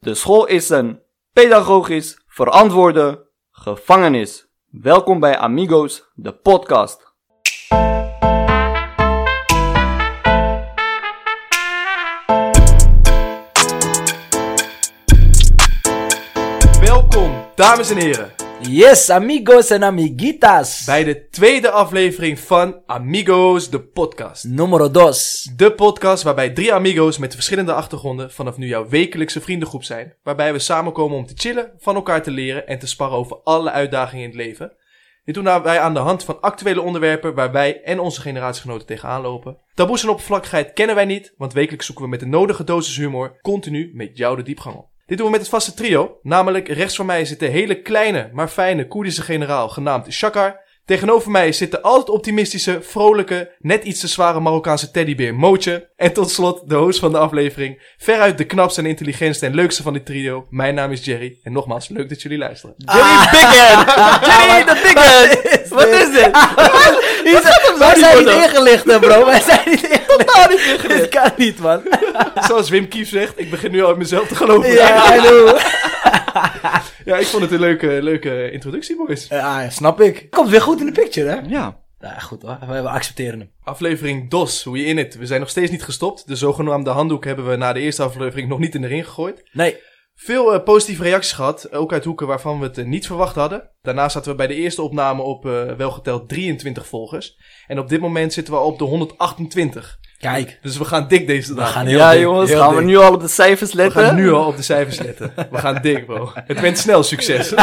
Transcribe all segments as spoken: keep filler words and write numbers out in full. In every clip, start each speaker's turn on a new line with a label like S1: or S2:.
S1: De school is een pedagogisch verantwoorde gevangenis. Welkom bij Amigos, de podcast.
S2: Welkom, dames en heren.
S3: Yes, amigos en amiguitas.
S2: Bij de tweede aflevering van Amigos, de podcast.
S3: Numero dos.
S2: De podcast waarbij drie amigos met verschillende achtergronden vanaf nu jouw wekelijkse vriendengroep zijn. Waarbij we samenkomen om te chillen, van elkaar te leren en te sparren over alle uitdagingen in het leven. Dit doen wij aan de hand van actuele onderwerpen waar wij en onze generatiegenoten tegenaan lopen. Taboes en oppervlakkigheid kennen wij niet, want wekelijks zoeken we met de nodige dosis humor continu met jou de diepgang op. Dit doen we met het vaste trio, namelijk rechts van mij zit de hele kleine, maar fijne Koerdische generaal genaamd Shakar. Tegenover mij zit de altijd optimistische, vrolijke, net iets te zware Marokkaanse teddybeer Mootje. En tot slot de host van de aflevering, veruit de knapste en intelligentste en leukste van dit trio. Mijn naam is Jerry en nogmaals, leuk dat jullie luisteren.
S1: Jerry Bighead! Jerry de Bighead! Wat is dit?
S3: Wij zijn niet ingelicht, hè, bro. Wij zijn niet ingelicht.
S1: Totaal niet ingelicht.
S3: Dit kan niet, man.
S2: Zoals Wim Kief zegt, ik begin nu al in mezelf te geloven.
S3: Ja, hallo.
S2: Ja, ik vond het een leuke, leuke introductie, boys.
S3: Ja, snap ik. Komt weer goed in de picture, hè?
S1: Ja.
S3: Ja, goed hoor. We, we accepteren hem.
S2: Aflevering D O S, hoe je in het. We zijn nog steeds niet gestopt. De zogenaamde handdoek hebben we na de eerste aflevering nog niet in de ring gegooid.
S3: Nee.
S2: Veel uh, positieve reacties gehad, ook uit hoeken waarvan we het uh, niet verwacht hadden. Daarna zaten we bij de eerste opname op uh, welgeteld drieëntwintig volgers. En op dit moment zitten we al op de honderdachtentwintig.
S3: Kijk.
S2: Dus we gaan dik deze
S3: We
S2: dag.
S3: gaan heel
S1: Ja
S3: dik,
S1: jongens,
S3: heel
S1: gaan
S3: dik.
S1: we nu al op de cijfers
S2: We
S1: letten?
S2: gaan nu al op de cijfers letten. We gaan dik, bro. Het went snel succes.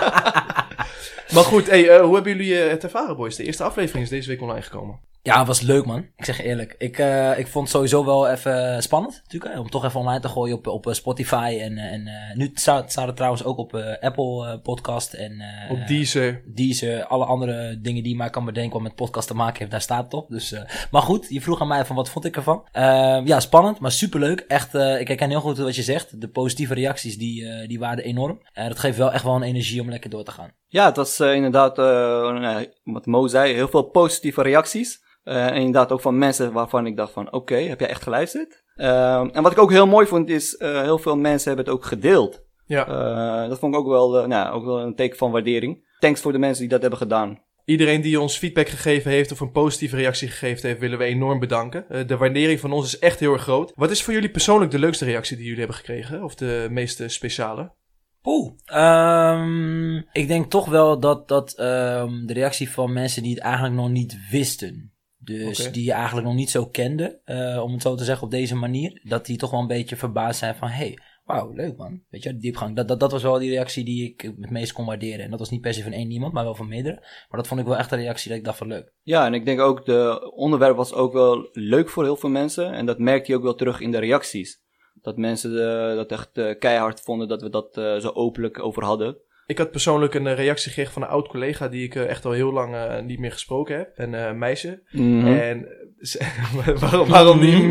S2: Maar goed, hey, uh, hoe hebben jullie uh, het ervaren, boys? De eerste aflevering is deze week online gekomen.
S3: Ja, het was leuk, man. Ik zeg je eerlijk. Ik, uh, ik vond het sowieso wel even spannend, natuurlijk. Hè, om toch even online te gooien op, op uh, Spotify. En, uh, en uh, nu staat staat het trouwens ook op uh, Apple uh, Podcast. En uh,
S2: Op Deezer.
S3: Deezer, alle andere dingen die je maar kan bedenken wat met podcast te maken heeft, daar staat het op. Dus, uh, maar goed, je vroeg aan mij van wat vond ik ervan. Uh, ja, spannend, maar superleuk. Echt, uh, ik herken heel goed wat je zegt. De positieve reacties, die, uh, die waren enorm. Uh, dat geeft wel echt wel een energie om lekker door te gaan.
S1: Ja, het was uh, inderdaad, uh, nou, wat Mo zei, heel veel positieve reacties. Uh, en inderdaad ook van mensen waarvan ik dacht van, oké, okay, heb jij echt geluisterd? Uh, en wat ik ook heel mooi vond is, uh, heel veel mensen hebben het ook gedeeld.
S2: Ja.
S1: Uh, dat vond ik ook wel, uh, nou, ook wel een teken van waardering. Thanks voor de mensen die dat hebben gedaan.
S2: Iedereen die ons feedback gegeven heeft of een positieve reactie gegeven heeft, willen we enorm bedanken. Uh, de waardering van ons is echt heel erg groot. Wat is voor jullie persoonlijk de leukste reactie die jullie hebben gekregen? Of de meest speciale?
S3: Oeh, um, ik denk toch wel dat, dat um, de reactie van mensen die het eigenlijk nog niet wisten. Dus
S2: Okay.
S3: die je eigenlijk nog niet zo kende, uh, om het zo te zeggen op deze manier. Dat die toch wel een beetje verbaasd zijn van, hey, wauw, leuk man. Weet je, die diepgang. Dat, dat, dat was wel die reactie die ik het meest kon waarderen. En dat was niet per se van één iemand, maar wel van meerdere. Maar dat vond ik wel echt een reactie dat ik dacht van leuk.
S1: Ja, en ik denk ook, de onderwerp was ook wel leuk voor heel veel mensen. En dat merkte je ook wel terug in de reacties. Dat mensen uh, dat echt uh, keihard vonden dat we dat uh, zo openlijk over hadden.
S2: Ik had persoonlijk een uh, reactie gekregen van een oud collega die ik uh, echt al heel lang uh, niet meer gesproken heb. Een uh, meisje.
S1: Mm-hmm.
S2: En ze, waarom, waarom niet?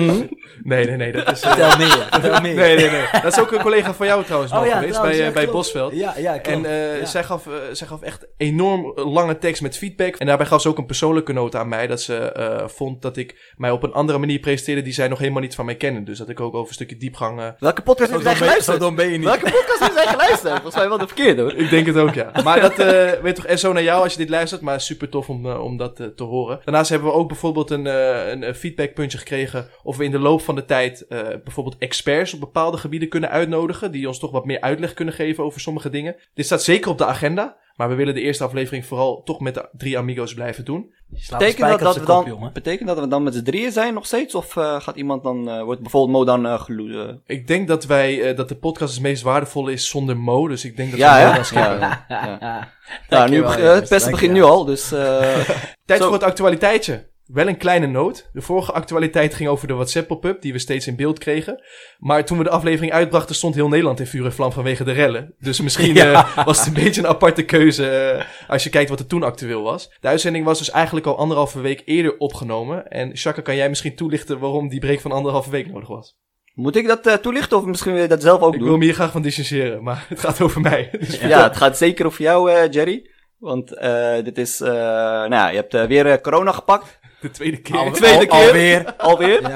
S2: Nee, nee, nee. Dat is, uh,
S3: Vertel meer, vertel meer.
S2: nee, nee, nee. Dat is ook een collega van jou trouwens nog
S3: Oh ja,
S2: geweest,
S3: trouwens,
S2: bij, uh,
S3: ja,
S2: bij
S3: klopt.
S2: Bosveld.
S3: Ja, ja, klopt.
S2: En uh,
S3: ja.
S2: zij, gaf, uh, zij gaf echt enorm lange tekst met feedback. En daarbij gaf ze ook een persoonlijke noot aan mij. Dat ze uh, vond dat ik mij op een andere manier presenteerde die zij nog helemaal niet van mij kennen. Dus dat ik ook over een stukje diepgang... Uh,
S1: Welke podcast hebben zij geluisterd?
S3: dan ben je
S1: Welke podcast hebben zij geluisterd? Volgens mij wel de verkeerde hoor.
S2: ik denk het ook, ja. Maar dat uh, weet toch S O naar jou als je dit luistert. Maar super tof om, uh, om dat uh, te horen. Daarnaast hebben we ook bijvoorbeeld een, uh, een, een feedbackpuntje gekregen. Of we in de loop van de tijd uh, bijvoorbeeld experts op bepaalde gebieden kunnen uitnodigen. Die ons toch wat meer uitleg kunnen geven over sommige dingen. Dit staat zeker op de agenda. Maar we willen de eerste aflevering vooral toch met de drie amigos blijven doen.
S1: Betekent dat, dat, we dan, betekent dat we dan met z'n drieën zijn nog steeds? Of uh, gaat iemand dan, uh, wordt bijvoorbeeld Mo dan uh, geloeden?
S2: Ik denk dat wij, uh, dat de podcast het meest waardevolle is zonder Mo. Dus ik denk dat
S1: ja,
S2: we
S1: hè?
S2: Mo dan skippen.
S1: Ja, ja. ja. Nou, nu, uh, het beste begint nu al, dus... Uh,
S2: Tijd
S1: zo.
S2: voor het actualiteitje. Wel een kleine noot. De vorige actualiteit ging over de WhatsApp pop-up die we steeds in beeld kregen. Maar toen we de aflevering uitbrachten stond heel Nederland in vuur en vlam vanwege de rellen. Dus misschien ja. uh, was het een beetje een aparte keuze uh, als je kijkt wat er toen actueel was. De uitzending was dus eigenlijk al anderhalve week eerder opgenomen. En Shaka, kan jij misschien toelichten waarom die break van anderhalve week nodig was?
S1: Moet ik dat uh, toelichten of misschien wil je dat zelf ook
S2: ik
S1: doen?
S2: wil me hier graag van distancieren, maar het gaat over mij. Dus
S1: ja, ja, het gaat zeker over jou, uh, Jerry. Want uh, dit is, uh, nou ja, je hebt uh, weer uh, corona gepakt.
S2: De tweede keer.
S1: Al, tweede
S3: al,
S1: keer.
S3: Alweer.
S1: Alweer.
S3: Ja.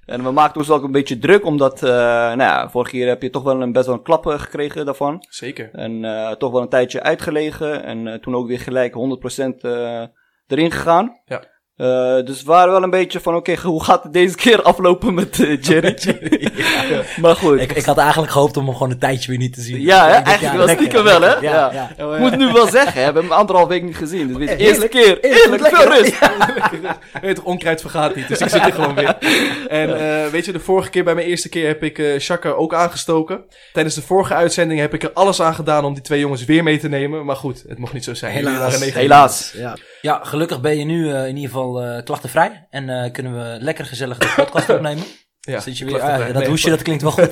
S1: En we maakten ons ook een beetje druk, omdat, uh, nou ja, vorige keer heb je toch wel een, best wel een klap uh, gekregen daarvan.
S2: Zeker.
S1: En uh, toch wel een tijdje uitgelegen. En uh, toen ook weer gelijk honderd procent uh, erin gegaan.
S2: Ja.
S1: Uh, dus we waren wel een beetje van, oké, okay, hoe gaat het deze keer aflopen met uh, Jerry?
S3: ja.
S1: Maar goed.
S3: Ik, ik had eigenlijk gehoopt om hem gewoon een tijdje weer niet te zien.
S1: Ja, hè?
S3: Denk,
S1: Eigenlijk
S3: ja,
S1: was
S3: lekker,
S1: stiekem wel, hè?
S3: Ja,
S1: Ja.
S3: ja.
S1: Ja. Ik moet nu wel zeggen, hè? We hebben hem anderhalf week niet gezien. Dus de eerste keer,
S3: eerlijk,
S1: eerlijk, veel rust.
S2: Ja. Weet toch, onkruid vergaat niet, dus ik zit er gewoon weer. En uh, weet je, de vorige keer, bij mijn eerste keer, heb ik uh, Shaka ook aangestoken. Tijdens de vorige uitzending heb ik er alles aan gedaan om die twee jongens weer mee te nemen. Maar goed, het mocht niet zo zijn.
S3: Helaas.
S1: Helaas.
S3: Ja. ja, gelukkig ben je nu uh, in ieder geval uh, klachtenvrij. En uh, kunnen we lekker gezellig de podcast opnemen.
S2: Ja,
S3: Zit je weer, ah, dat hoesje, dat klinkt wel goed.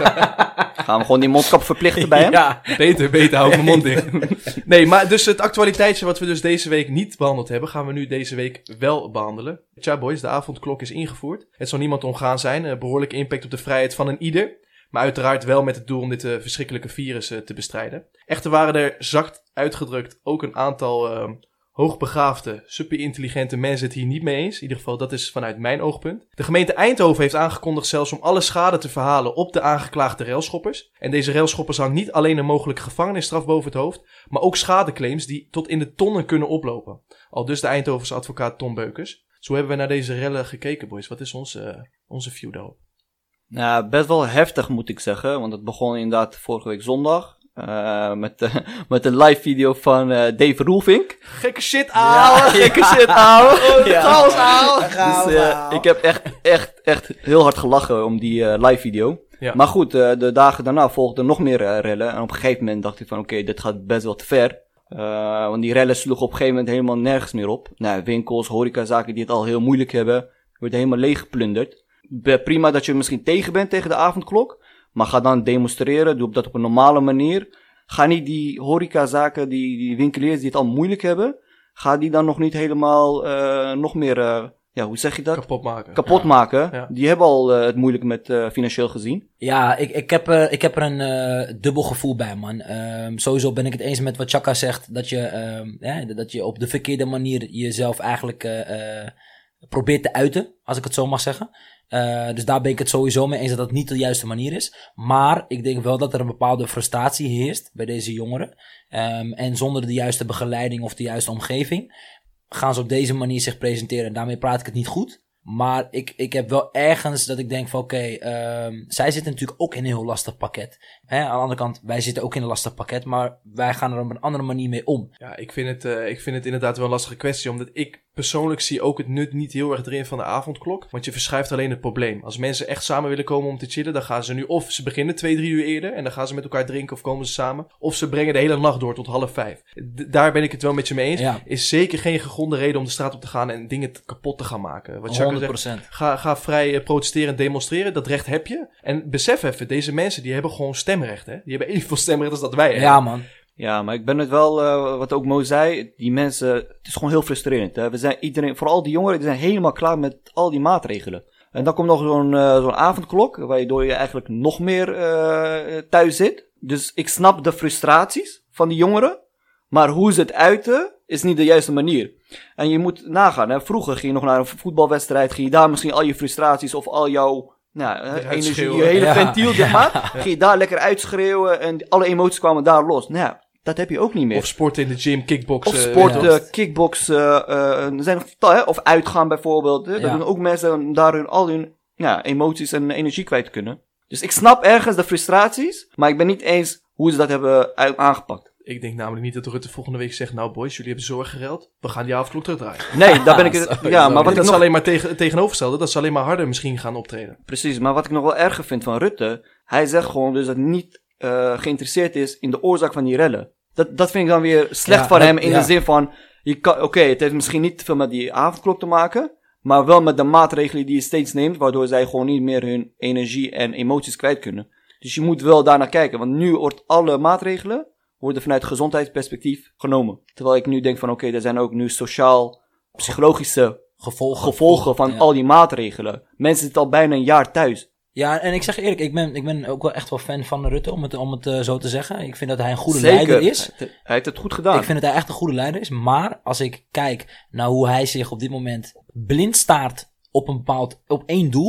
S1: Gaan we gewoon die mondkap verplichten bij hem?
S3: Ja.
S2: Beter, beter, hou ik mijn mond dicht. Nee, maar dus het actualiteitje wat we dus deze week niet behandeld hebben, gaan we nu deze week wel behandelen. Tja boys, de avondklok is ingevoerd. Het zal niemand ontgaan zijn, een behoorlijke impact op de vrijheid van een ieder. Maar uiteraard wel met het doel om dit uh, verschrikkelijke virus uh, te bestrijden. Echter waren er, zacht uitgedrukt, ook een aantal uh, hoogbegaafde, superintelligente mensen het hier niet mee eens. In ieder geval, dat is vanuit mijn oogpunt. De gemeente Eindhoven heeft aangekondigd zelfs om alle schade te verhalen op de aangeklaagde railschoppers. En deze railschoppers hangt niet alleen een mogelijke gevangenisstraf boven het hoofd, maar ook schadeclaims die tot in de tonnen kunnen oplopen. Al dus de Eindhovense advocaat Tom Beukers. Zo hebben we naar deze rellen gekeken, boys. Wat is onze, uh, onze view daarop?
S1: Nou, best wel heftig moet ik zeggen, want het begon inderdaad vorige week zondag. Uh, met, uh, met een live video van uh, Dave Roelvink.
S2: Gekke shit, ouwe!
S1: Ja, gekke shit, ouwe!
S3: Ja.
S1: Chaos, ouwe!
S3: Chaos,
S1: Dus uh,
S3: ouwe.
S1: ik heb echt, echt, echt heel hard gelachen om die uh, live video.
S2: Ja.
S1: Maar goed, uh, de dagen daarna volgden nog meer uh, rellen. En op een gegeven moment dacht ik van, oké, okay, dit gaat best wel te ver. Uh, want die rellen sloegen op een gegeven moment helemaal nergens meer op. Nou, winkels, horecazaken die het al heel moeilijk hebben, worden helemaal leeggeplunderd. Prima dat je misschien tegen bent tegen de avondklok. Maar ga dan demonstreren, doe dat op een normale manier. Ga niet die horecazaken, die, die winkeliers die het al moeilijk hebben, ga die dan nog niet helemaal uh, nog meer, uh, ja, hoe zeg je dat?
S2: Kapot maken.
S1: Kapot
S2: Ja.
S1: maken.
S2: Ja.
S1: Die hebben al uh, het moeilijk met uh, financieel gezien.
S3: Ja, ik, ik, heb, uh, ik heb er een uh, dubbel gevoel bij, man. Um, sowieso ben ik het eens met wat Chaka zegt, dat je, um, ja, dat je op de verkeerde manier jezelf eigenlijk uh, uh, probeert te uiten, als ik het zo mag zeggen. Uh, dus daar ben ik het sowieso mee eens dat dat niet de juiste manier is. Maar ik denk wel dat er een bepaalde frustratie heerst bij deze jongeren. Um, en zonder de juiste begeleiding of de juiste omgeving gaan ze op deze manier zich presenteren. En daarmee praat ik het niet goed. Maar ik, ik heb wel ergens dat ik denk van oké, okay, um, zij zitten natuurlijk ook in een heel lastig pakket. Hè, aan de andere kant, wij zitten ook in een lastig pakket, maar wij gaan er op een andere manier mee om.
S2: Ja, ik vind het, uh, ik vind het inderdaad wel een lastige kwestie, omdat ik persoonlijk zie ook het nut niet heel erg erin van de avondklok, want je verschuift alleen het probleem. Als mensen echt samen willen komen om te chillen, dan gaan ze nu of ze beginnen twee, drie uur eerder en dan gaan ze met elkaar drinken of komen ze samen, of ze brengen de hele nacht door tot half vijf. D- daar ben ik het wel met je mee eens.
S3: Ja.
S2: Is zeker geen gegronde reden om de straat op te gaan en dingen te- kapot te gaan maken. Wat Chaka
S3: honderd procent.
S2: zegt, ga, ga vrij uh, protesteren en demonstreren, dat recht heb je. En besef even, deze mensen die hebben gewoon stemrecht, hè. Die hebben evenveel stemrecht als dat wij hebben.
S3: Ja, man.
S1: Ja, maar ik ben het wel, uh, wat ook Mo zei, die mensen, het is gewoon heel frustrerend. Hè? We zijn iedereen, vooral die jongeren, die zijn helemaal klaar met al die maatregelen. En dan komt nog zo'n uh, zo'n avondklok, waardoor je eigenlijk nog meer uh, thuis zit. Dus ik snap de frustraties van die jongeren, maar hoe ze het uiten is niet de juiste manier. En je moet nagaan, hè? Vroeger ging je nog naar een voetbalwedstrijd, ging je daar misschien al je frustraties of al jouw nou, hè, energie,
S2: schreeuwen.
S1: je hele
S3: Ja.
S1: ventiel, zeg maar, ging je daar lekker uitschreeuwen en alle emoties kwamen daar los. Nou ja, dat heb je ook niet meer.
S2: Of sporten in de gym, kickboksen.
S1: Of sport,
S2: weet je
S1: uh,
S2: wel.
S1: kickboksen, uh, er zijn nog tal, hè? Of uitgaan bijvoorbeeld. Hè? Dat
S3: Ja.
S1: doen ook mensen om daar hun, al hun ja, emoties en energie kwijt te kunnen. Dus ik snap ergens de frustraties, maar ik ben niet eens hoe ze dat hebben u- aangepakt.
S2: Ik denk namelijk niet dat Rutte volgende week zegt, nou boys, jullie hebben zorg gereld. We gaan die avondklok terugdraaien.
S1: Nee, daar ben ik het.
S3: Sorry,
S1: Ja,
S3: sorry.
S1: maar wat
S2: dat
S1: ik
S2: is
S1: nog,
S2: alleen maar tegen, tegenovergestelde, dat ze alleen maar harder misschien gaan optreden.
S1: precies, maar wat ik nog wel erger vind van Rutte, hij zegt gewoon dus dat hij niet uh, geïnteresseerd is in de oorzaak van die rellen. Dat, dat vind ik dan weer slecht
S3: Ja,
S1: van
S3: dat-
S1: hem in
S3: ja.
S1: de zin van, je kan, oké, okay, het heeft misschien niet te veel met die avondklok te maken, maar wel met de maatregelen die je steeds neemt, waardoor zij gewoon niet meer hun energie en emoties kwijt kunnen. Dus je moet wel daarnaar kijken, want nu wordt alle maatregelen worden vanuit gezondheidsperspectief genomen. Terwijl ik nu denk van oké, okay, er zijn ook nu sociaal-psychologische
S3: Gevolgen.
S1: gevolgen van
S3: Ja.
S1: al die maatregelen. Mensen zitten al bijna een jaar thuis.
S3: Ja, en ik zeg je eerlijk, ik ben, ik ben ook wel echt wel fan van Rutte, om het, om het uh, zo te zeggen. Ik vind dat hij een goede
S1: Zeker.
S3: leider is.
S1: Hij, hij heeft het goed gedaan.
S3: Ik vind dat hij echt een goede leider is. Maar als ik kijk naar hoe hij zich op dit moment blind staart op een bepaald, op één doel.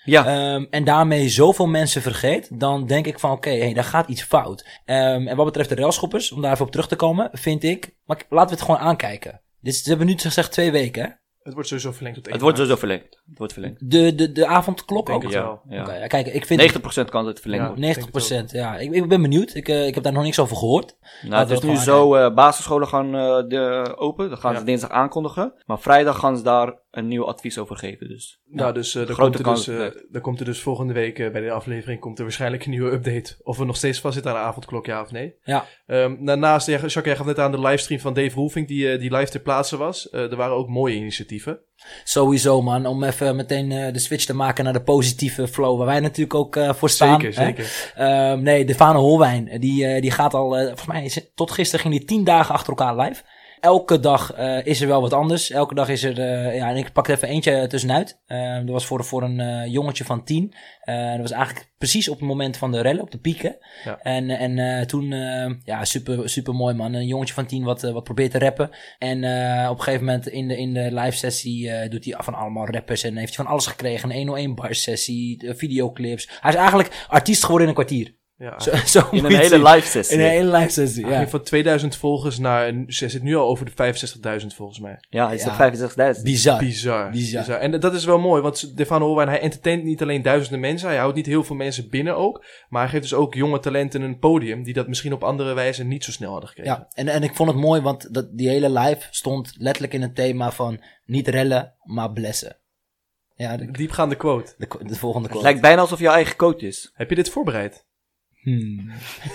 S1: Ja.
S3: Um, en daarmee zoveel mensen vergeet, dan denk ik van oké, okay, hey, daar gaat iets fout. Um, en wat betreft de railschoppers, om daar even op terug te komen, vind ik, maar laten we het gewoon aankijken. Dit, ze hebben nu gezegd twee weken, hè?
S2: Het wordt sowieso verlengd tot één
S1: Het wordt
S2: maart.
S1: sowieso verlengd. Het wordt verlengd.
S3: De, de, de avondklok
S2: Denk
S3: ook?
S2: het
S1: Ja,
S2: wel.
S1: ja.
S3: Okay, kijk, ik vind
S1: negentig procent kan het verlengd
S2: Ja.
S1: worden.
S3: negentig procent, ja. Ik, ik ben benieuwd. Ik, uh, ik heb daar nog niks over gehoord.
S1: Nou, het is
S3: we
S1: nu
S3: het
S1: zo, uh, basisscholen gaan uh, de, open. Dat gaan
S2: Ja.
S1: ze dinsdag aankondigen. Maar vrijdag gaan ze daar een nieuw advies over geven. Dus
S2: Nou, dus uh, dan,
S1: Grote
S2: komt er dus,
S1: kans
S2: uh,
S1: dat het
S2: dan komt er dus volgende week uh, bij de aflevering komt er waarschijnlijk een nieuwe update. Of we nog steeds vastzitten aan de avondklok, ja of nee.
S3: Ja.
S2: Um, daarnaast, ja, Jacques, jij gaf net aan de livestream van Dave Roelvink die, uh, die live ter plaatse was. Uh, er waren ook mooie initiatieven.
S3: Sowieso, man. Om even meteen uh, de switch te maken naar de positieve flow. Waar wij natuurlijk ook uh, voor staan.
S2: Zeker,
S3: hè?
S2: zeker.
S3: Um, nee, de Vane Holwijn. Die, uh, die gaat al, uh, volgens mij is het, tot gisteren ging die tien dagen achter elkaar live. Elke dag uh, is er wel wat anders. Elke dag is er, uh, ja, en ik pak er even eentje tussenuit. Uh, dat was voor, voor een uh, jongetje van tien. Uh, dat was eigenlijk precies op het moment van de rellen, op de pieken.
S2: Ja.
S3: En, en uh, toen, uh, ja, super, super mooi, man. Een jongetje van tien wat, uh, wat probeert te rappen. En uh, op een gegeven moment in de, in de live sessie uh, doet hij van allemaal rappers. En heeft hij van alles gekregen. Een honderdéén bar sessie, videoclips. Hij is eigenlijk artiest geworden in een kwartier.
S2: Ja.
S3: Zo, zo
S1: in
S3: moet
S1: een
S3: je
S1: hele
S3: het zien.
S1: live sessie.
S3: In een hele live sessie,
S2: Hij
S3: ja.
S2: ging van tweeduizend volgers naar, ze zit nu al over de vijfenzestigduizend volgens mij.
S1: Ja, hij is
S3: Ja.
S1: op vijfenzestigduizend.
S3: Bizar.
S2: Bizar,
S3: Bizar.
S2: bizar. En dat is wel mooi, want Stefano Holwijn, hij entertaint niet alleen duizenden mensen, hij houdt niet heel veel mensen binnen ook, maar hij geeft dus ook jonge talenten een podium die dat misschien op andere wijze niet zo snel hadden gekregen.
S3: Ja, en, en ik vond het mooi, want dat, die hele live stond letterlijk in het thema van niet rellen, maar blessen. Ja, de,
S2: Diepgaande quote.
S3: de, de volgende
S1: Het
S3: quote.
S1: lijkt bijna alsof jouw eigen coach is.
S2: Heb je dit voorbereid?
S3: Hmm.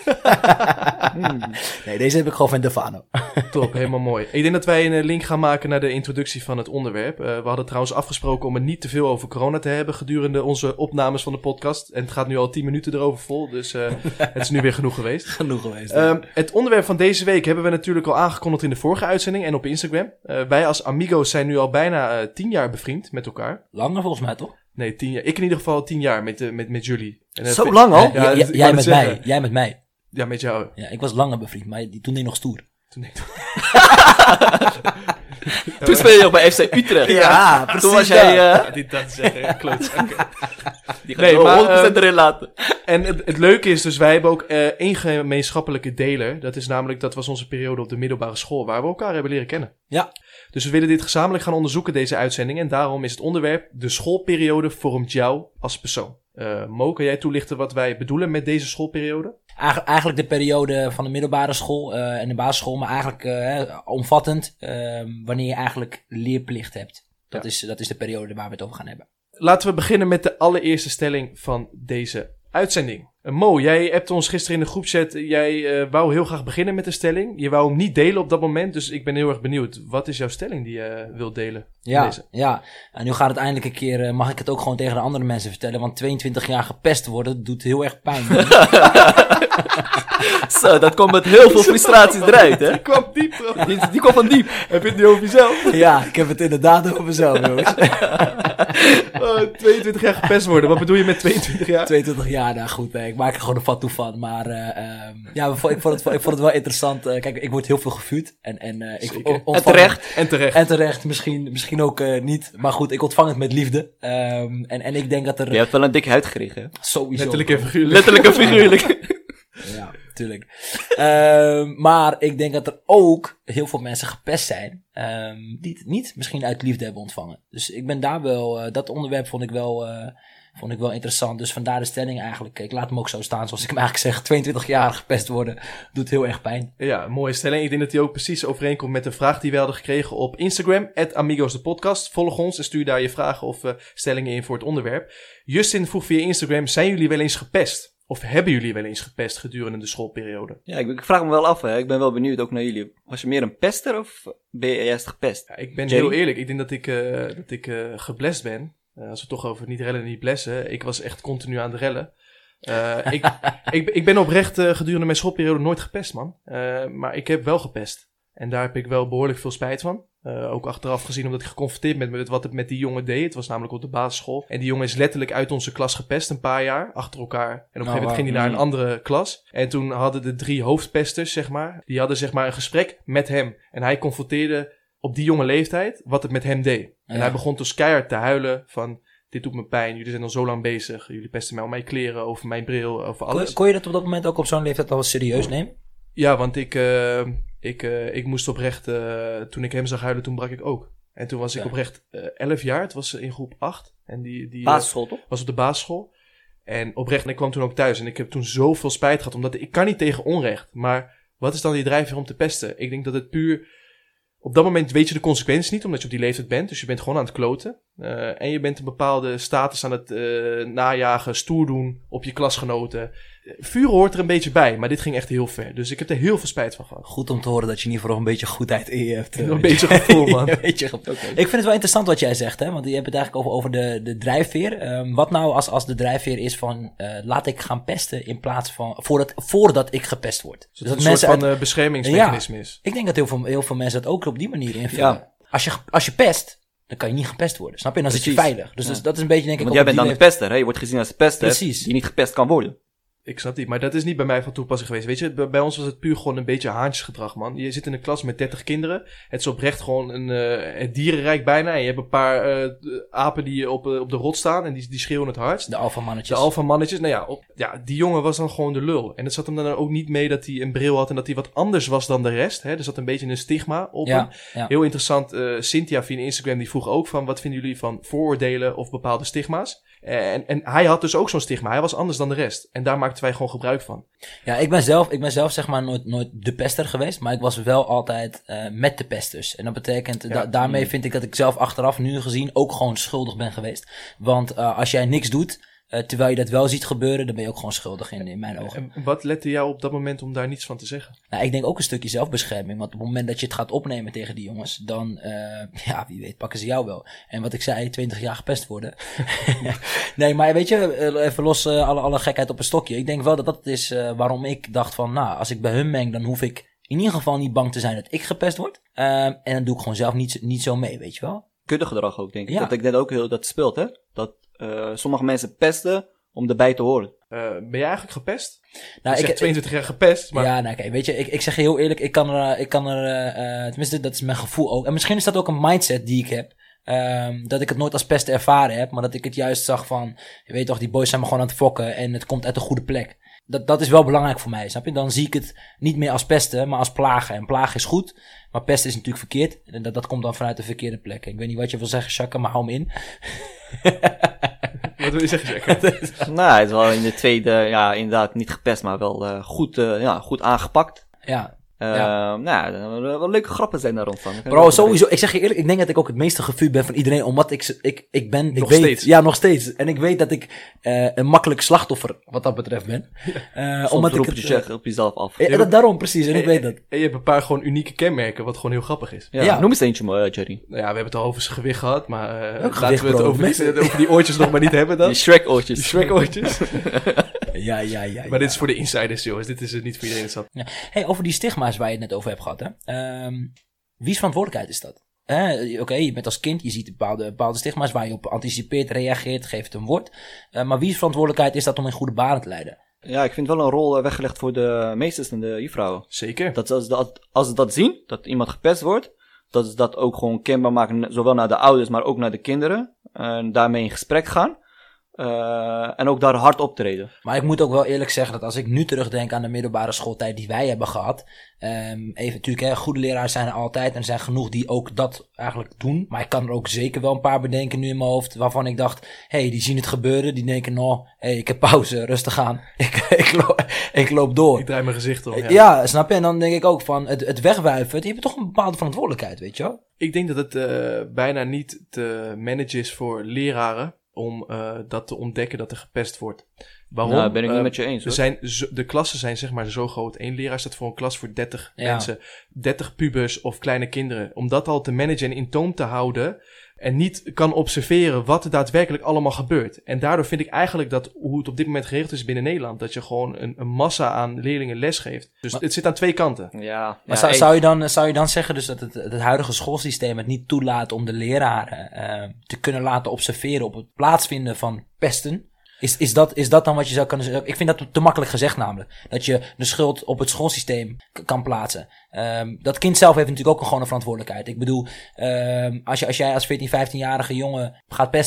S3: Nee, deze heb ik gewoon van Defano.
S2: Top, helemaal mooi. Ik denk dat wij een eh, link gaan maken naar de introductie van het onderwerp. Uh, we hadden trouwens afgesproken om het niet te veel over corona te hebben gedurende onze opnames van de podcast. En het gaat nu al tien minuten erover vol, dus uh, het is nu weer genoeg geweest.
S3: Genoeg geweest.
S2: Um, het onderwerp van deze week hebben we natuurlijk al aangekondigd in de vorige uitzending en op Instagram. Uh, wij als Amigos zijn nu al bijna uh, tien jaar bevriend met elkaar.
S3: Langer volgens mij, toch?
S2: Nee, tien jaar. Ik in ieder geval tien jaar met, uh, met, met jullie. En, uh,
S1: Zo
S2: ve-
S1: lang al?
S2: Ja,
S3: Ja,
S2: dat-
S3: j-
S2: ik
S3: jij
S2: wou
S3: met
S2: het
S3: mij.
S2: zeggen.
S3: Jij met mij.
S2: Ja, met jou.
S3: Ja, ik was langer bevriend, maar die, toen deed ik nog stoer.
S2: Toen ik...
S1: Toen speel je nog bij F C Utrecht.
S3: Ja, precies
S1: Toen was jij...
S2: Ja,
S1: Uh,
S2: dit dat zeggen, klootzakken.
S1: die gaat
S2: Nee,
S1: nee,
S2: maar,
S1: honderd procent
S2: uh,
S1: erin laten.
S2: En het, het leuke is dus, wij hebben ook uh, één gemeenschappelijke deler. Dat is namelijk, dat was onze periode op de middelbare school, waar we elkaar hebben leren kennen.
S3: Ja.
S2: Dus we willen dit gezamenlijk gaan onderzoeken, deze uitzending. En daarom is het onderwerp, de schoolperiode vormt jou als persoon. Uh, Mo, kan jij toelichten wat wij bedoelen met deze schoolperiode?
S3: Eigen- Eigenlijk de periode van de middelbare school uh, en de basisschool, maar eigenlijk uh, omvattend uh, wanneer je eigenlijk leerplicht hebt. Dat,
S2: Ja.
S3: is, dat is de periode waar we het over gaan hebben.
S2: Laten we beginnen met de allereerste stelling van deze uitzending. Uh, Mo, jij hebt ons gisteren in de groepchat, jij uh, wou heel graag beginnen met een stelling. Je wou hem niet delen op dat moment, dus ik ben heel erg benieuwd. Wat is jouw stelling die je wilt delen?
S3: Ja,
S2: Deze.
S3: ja. En nu gaat het eindelijk een keer, uh, mag ik het ook gewoon tegen de andere mensen vertellen, want tweeëntwintig jaar gepest worden doet heel erg pijn.
S1: Zo, dat komt met heel veel frustraties eruit, hè?
S2: Die kwam diep, bro.
S1: Die, die komt van diep.
S2: Heb je het nu over jezelf?
S3: Ja, ik heb het inderdaad over mezelf, jongens.
S2: Oh, tweeëntwintig jaar gepest worden. Wat bedoel je met tweeëntwintig jaar?
S3: tweeëntwintig jaar, nou goed, eh, ik maak er gewoon een fat toe van. Maar uh, um, ja, ik vond, ik, vond het, ik vond het wel interessant. Uh, kijk, ik word heel veel gevuurd. En, en uh, ik
S2: Zeker.
S3: on- ontvang
S1: En terecht.
S2: En terecht.
S3: En terecht, misschien, misschien ook uh, niet. Maar goed, ik ontvang het met liefde. Um, en, en ik denk dat er
S1: Je hebt wel een dikke huid gekregen, hè?
S3: sowieso...
S2: Letterlijk en figuurlijk.
S1: Letterlijk en figuurlijk.
S3: Ja, tuurlijk. um, maar ik denk dat er ook heel veel mensen gepest zijn. Um, die het niet misschien uit liefde hebben ontvangen. Dus ik ben daar wel... Uh, dat onderwerp vond ik wel... Uh, Vond ik wel interessant. Dus vandaar de stelling eigenlijk. Ik laat hem ook zo staan zoals ik hem eigenlijk zeg. tweeëntwintig jaar gepest worden doet heel erg pijn.
S2: Ja, een mooie stelling. Ik denk dat die ook precies overeenkomt met de vraag die we hadden gekregen op Instagram. at Amigos de podcast. Volg ons en stuur daar je vragen of uh, stellingen in voor het onderwerp. Justin vroeg via Instagram, zijn jullie wel eens gepest? Of hebben jullie wel eens gepest gedurende de schoolperiode?
S1: Ja, ik, ik vraag me wel af, hè. Ik ben wel benieuwd ook naar jullie. Was je meer een pester of ben je juist gepest?
S2: Ja, ik ben
S1: Jerry?
S2: heel eerlijk. Ik denk dat ik, uh, dat ik uh, geblest ben. Uh, als we het toch over niet rellen en niet blessen. Ik was echt continu aan het rellen. Uh, ik, ik, ik ben oprecht uh, gedurende mijn schoolperiode nooit gepest, man. Uh, maar ik heb wel gepest. En daar heb ik wel behoorlijk veel spijt van. Uh, ook achteraf gezien omdat ik geconfronteerd ben met wat het met die jongen deed. Het was namelijk op de basisschool. En die jongen is letterlijk uit onze klas gepest een paar jaar. Achter elkaar. En op een gegeven moment
S3: wow.
S2: ging hij naar een andere klas. En toen hadden de drie hoofdpesters, zeg maar. Die hadden zeg maar een gesprek met hem. En hij confronteerde op die jonge leeftijd wat het met hem deed. En
S3: Ja.
S2: hij begon dus keihard te huilen van... dit doet me pijn, jullie zijn al zo lang bezig, jullie pesten mij om mijn kleren, over mijn bril, over alles.
S3: Kon, kon je dat op dat moment ook op zo'n leeftijd al serieus nemen?
S2: Ja, want ik, uh, ik, uh, ik moest oprecht, uh, toen ik hem zag huilen, toen brak ik ook. En toen was ik ja. oprecht uh, elf jaar, het was in groep acht. En die, die,
S1: basisschool
S2: uh,
S1: toch?
S2: Was op de basisschool. En oprecht, en ik kwam toen ook thuis en ik heb toen zoveel spijt gehad, omdat ik kan niet tegen onrecht. Maar wat is dan die drijfveer om te pesten? Ik denk dat het puur... Op dat moment weet je de consequenties niet, omdat je op die leeftijd bent. Dus je bent gewoon aan het kloten. Uh, en je bent een bepaalde status aan het uh, najagen, stoer doen op je klasgenoten. Vuren hoort er een beetje bij, maar dit ging echt heel ver. Dus ik heb er heel veel spijt van gehad.
S3: Goed om te horen dat je in ieder geval een beetje goedheid in je hebt. Uh,
S2: een beetje gevoel, man.
S3: een beetje gevoel. Okay. Ik vind het wel interessant wat jij zegt, hè? Want je hebt het eigenlijk over, over de, de drijfveer. Um, wat nou als, als de drijfveer is van, uh, laat ik gaan pesten in plaats van, voordat, voordat ik gepest word.
S2: Dus dat, dat een soort van uit, uh, beschermingsmechanisme ja, is.
S3: Ik denk dat heel veel, heel veel mensen dat ook op die manier invullen. Ja. Als je, als je pest, dan kan je niet gepest worden. Snap je? Dan Precies. zit je veilig. Dus, ja. dus dat is een beetje, denk ik...
S1: Want jij bent dan de pester, hè? Je wordt gezien als de pester
S3: Precies.
S1: die niet gepest kan worden.
S2: Ik snap niet, maar dat is niet bij mij van toepassing geweest. Weet je, bij ons was het puur gewoon een beetje haantjesgedrag, man. Je zit in een klas met dertig kinderen. Het is oprecht gewoon een uh, het dierenrijk bijna. En je hebt een paar uh, apen die op, uh, op de rot staan en die, die schreeuwen het hardst.
S3: De alfamannetjes.
S2: De alfamannetjes. Nou ja, op, ja, die jongen was dan gewoon de lul. En het zat hem dan ook niet mee dat hij een bril had en dat hij wat anders was dan de rest. Hè? Er zat een beetje een stigma op
S3: ja,
S2: hem. Ja. Heel interessant, uh, Cynthia via Instagram die vroeg ook van, wat vinden jullie van vooroordelen of bepaalde stigma's? En, en hij had dus ook zo'n stigma. Hij was anders dan de rest. En daar maakten wij gewoon gebruik van.
S3: Ja, ik ben zelf, ik ben zelf zeg maar nooit, nooit de pester geweest. Maar ik was wel altijd uh, met de pesters. En dat betekent, ja. da- daarmee vind ik dat ik zelf achteraf nu gezien ook gewoon schuldig ben geweest. Want uh, als jij niks doet, uh, terwijl je dat wel ziet gebeuren, dan ben je ook gewoon schuldig in, in mijn ogen.
S2: En wat lette jou op dat moment om daar niets van te zeggen?
S3: Nou, ik denk ook een stukje zelfbescherming. Want op het moment dat je het gaat opnemen tegen die jongens, dan, uh, ja, wie weet, pakken ze jou wel. En wat ik zei, twintig jaar gepest worden. Nee, maar weet je, even los uh, alle, alle gekheid op een stokje. Ik denk wel dat dat is uh, waarom ik dacht van, nou, als ik bij hun meng, dan hoef ik in ieder geval niet bang te zijn dat ik gepest word. Uh, en dan doe ik gewoon zelf niet, niet zo mee, weet je wel.
S1: Kuddegedrag ook, denk ik.
S3: Ja.
S1: Dat ik denk ook heel dat speelt, hè. Dat uh, sommige mensen pesten om erbij te horen.
S2: Uh, ben je eigenlijk gepest?
S3: Nou,
S2: je
S3: ik
S2: zegt tweeëntwintig jaar gepest, maar...
S3: Ja, nou kijk, weet je, ik, ik zeg je heel eerlijk, ik kan er, ik kan er, uh, tenminste, dat is mijn gevoel ook. En misschien is dat ook een mindset die ik heb. Um, dat ik het nooit als pesten ervaren heb, maar dat ik het juist zag van, je weet toch, die boys zijn me gewoon aan het fokken en het komt uit een goede plek. Dat, dat is wel belangrijk voor mij, snap je? Dan zie ik het niet meer als pesten, maar als plagen. En plagen is goed, maar pesten is natuurlijk verkeerd. En dat, dat komt dan vanuit de verkeerde plek. Ik weet niet wat je wil zeggen, Chaka, maar hou me in.
S2: Wat wil je zeggen, Chaka?
S1: Nou, hij is wel in de tweede, ja, inderdaad niet gepest, maar wel uh, goed, uh, ja, goed aangepakt.
S3: Ja.
S1: Uh,
S3: ja.
S1: Nou, wel leuke grappen zijn daar rond van.
S3: Bro, sowieso, ik zeg je eerlijk, ik denk dat ik ook het meeste gevuurd ben van iedereen, omdat ik, ik, ik ben, ik
S2: nog
S3: weet,
S2: steeds.
S3: Ja, nog steeds. En ik weet dat ik uh, een makkelijk slachtoffer, wat dat betreft, ben. Uh,
S1: Soms
S3: omdat
S1: roep
S3: ik
S1: je
S3: het,
S1: uh, op jezelf af.
S3: Ja, dat, daarom, precies, en ik weet dat.
S2: En je hebt een paar gewoon unieke kenmerken, wat gewoon heel grappig is.
S1: Ja,
S3: ja.
S1: Noem eens eentje, uh, Jerry.
S2: Nou ja, we hebben het al over zijn gewicht gehad, maar uh, laten
S3: gewicht,
S2: we het over,
S3: Mensen...
S2: die, over die oortjes nog maar niet hebben dan.
S1: Die Shrek-oortjes.
S2: Die Shrek-oortjes.
S3: Ja, ja, ja.
S2: Maar
S3: ja.
S2: dit is voor de insiders, jongens. Dit is niet voor iedereen interessant.
S3: Ja. Hey, over die stigma's waar je het net over hebt gehad, hè. Um, wie's verantwoordelijkheid is dat? Eh, Oké, okay, je bent als kind, je ziet bepaalde, bepaalde stigma's waar je op anticipeert, reageert, geeft een woord. Uh, maar wie's verantwoordelijkheid is dat om in goede banen te leiden?
S1: Ja, ik vind wel een rol weggelegd voor de meesters en de juffrouwen.
S2: Zeker.
S1: Dat als, dat, als ze dat zien, dat iemand gepest wordt, dat ze dat ook gewoon kenbaar maken, zowel naar de ouders, maar ook naar de kinderen. En daarmee in gesprek gaan. Uh, en ook daar hard optreden.
S3: Maar ik moet ook wel eerlijk zeggen dat als ik nu terugdenk aan de middelbare schooltijd die wij hebben gehad. Um, even natuurlijk, hè, goede leraren zijn er altijd en er zijn genoeg die ook dat eigenlijk doen. Maar ik kan er ook zeker wel een paar bedenken nu in mijn hoofd waarvan ik dacht, hé, hey, die zien het gebeuren. Die denken, nou, hé, hey, ik heb pauze, rustig aan. ik, ik, loop, ik loop door.
S2: Ik draai mijn gezicht om. Ja.
S3: ja, snap je? En dan denk ik ook van, het, het wegwuiven, die hebben toch een bepaalde verantwoordelijkheid, weet je wel?
S2: Ik denk dat het uh, bijna niet te managen is voor leraren om uh, dat te ontdekken dat er gepest wordt. Waarom?
S1: Nou, ben ik niet
S2: uh,
S1: met je eens, hoor.
S2: Er zijn zo, de klassen zijn zeg maar zo groot. Eén leraar staat voor een klas voor dertig
S3: ja.
S2: mensen. dertig pubers of kleine kinderen. Om dat al te managen en in toom te houden en niet kan observeren wat er daadwerkelijk allemaal gebeurt. En daardoor vind ik eigenlijk dat hoe het op dit moment geregeld is binnen Nederland, dat je gewoon een, een massa aan leerlingen les geeft. Dus maar, het zit aan twee kanten.
S1: Ja,
S3: maar
S1: ja,
S3: zou, zou, je dan, zou je dan zeggen dus dat het, het huidige schoolsysteem het niet toelaat om de leraren uh, te kunnen laten observeren op het plaatsvinden van pesten? Is, is, dat, is dat dan wat je zou kunnen zeggen? Ik vind dat te makkelijk gezegd namelijk. Dat je de schuld op het schoolsysteem k- kan plaatsen. Um, dat kind zelf heeft natuurlijk ook een, gewoon een verantwoordelijkheid. Ik bedoel, um, als, je, als jij als veertien, vijftienjarige jongen gaat pesten,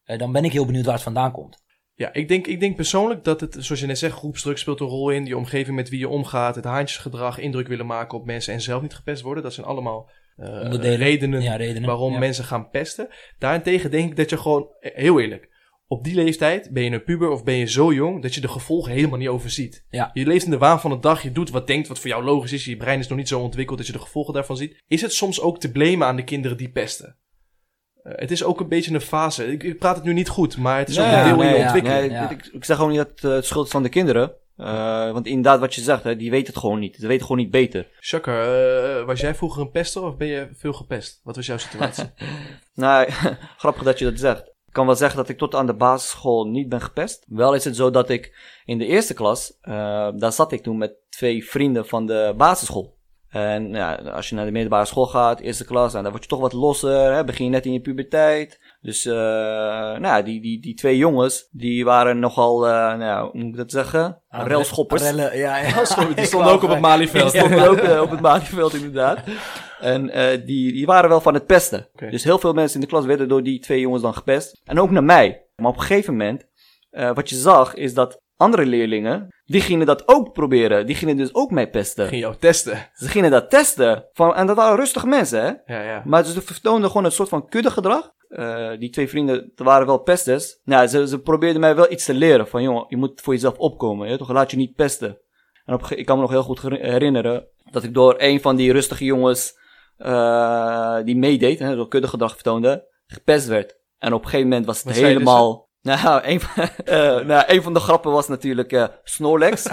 S3: uh, dan ben ik heel benieuwd waar het vandaan komt.
S2: Ja, ik denk, ik denk persoonlijk dat het, zoals je net zegt, groepsdruk speelt een rol in. Je omgeving met wie je omgaat, het haantjesgedrag, indruk willen maken op mensen en zelf niet gepest worden. Dat zijn allemaal uh, redenen,
S3: ja, redenen
S2: waarom
S3: ja.
S2: mensen gaan pesten. Daarentegen denk ik dat je gewoon, heel eerlijk, op die leeftijd ben je een puber of ben je zo jong dat je de gevolgen helemaal niet overziet.
S3: Ja.
S2: Je leeft in de waan van de dag, je doet wat denkt, wat voor jou logisch is. Je brein is nog niet zo ontwikkeld dat je de gevolgen daarvan ziet. Is het soms ook te blamen aan de kinderen die pesten? Uh, het is ook een beetje een fase. Ik, ik praat het nu niet goed, maar het is
S1: Nee,
S2: ook een deel
S1: nee,
S2: in je
S1: ja,
S2: ontwikkeling.
S1: nee,
S3: Ja.
S1: ik, ik zeg gewoon niet dat uh, het schuld is van de kinderen. Uh, want inderdaad wat je zegt, hè, die weten het gewoon niet. Ze weten gewoon niet beter.
S2: Shakker, uh, was jij vroeger een pester of ben je veel gepest? Wat was jouw situatie?
S1: Nou, grappig dat je dat zegt. Ik kan wel zeggen dat ik tot aan de basisschool niet ben gepest. Wel is het zo dat ik in de eerste klas, uh, daar zat ik toen met twee vrienden van de basisschool. En ja, als je naar de middelbare school gaat, eerste klas, nou, dan word je toch wat losser, hè, begin je net in je puberteit. Dus, uh, nou, die, die, die twee jongens, die waren nogal, uh, nou, hoe moet ik dat zeggen?
S3: Ah,
S1: Relschoppers.
S3: Rellen, ja, ja.
S2: Die stonden ook op het Malieveld.
S1: Die stonden ook uh, op het Malieveld, inderdaad. En uh, die, die waren wel van het pesten.
S2: Okay.
S1: Dus heel veel mensen in de klas werden door die twee jongens dan gepest. En ook naar mij. Maar op een gegeven moment, uh, wat je zag, is dat andere leerlingen, die gingen dat ook proberen. Die gingen dus ook mij pesten.
S2: Ging jou testen.
S1: Ze gingen dat testen. Van, en dat waren rustige mensen, hè.
S2: Ja, ja.
S1: Maar ze vertoonden gewoon een soort van kuddegedrag. Uh, die twee vrienden, dat waren wel pesters. Nou, ze, ze probeerden mij wel iets te leren. Van, jongen, je moet voor jezelf opkomen. Ja, toch? Laat je niet pesten. En op, ik kan me nog heel goed herinneren dat ik door een van die rustige jongens, uh, die meedeed, hè, door kuddegedrag vertoonde, gepest werd. En op een gegeven moment was het
S2: Wat zei je
S1: helemaal... Nou, een van, uh, nou, een van de grappen was natuurlijk uh, Snorlax.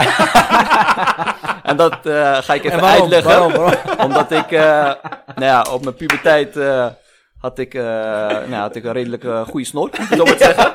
S1: En dat uh, ga ik even
S3: En waarom?
S1: uitleggen.
S3: Waarom, waarom?
S1: Omdat ik, uh, nou ja, op mijn puberteit uh, had ik, uh, nou, had ik een redelijk uh, goede snor, zo maar te zeggen.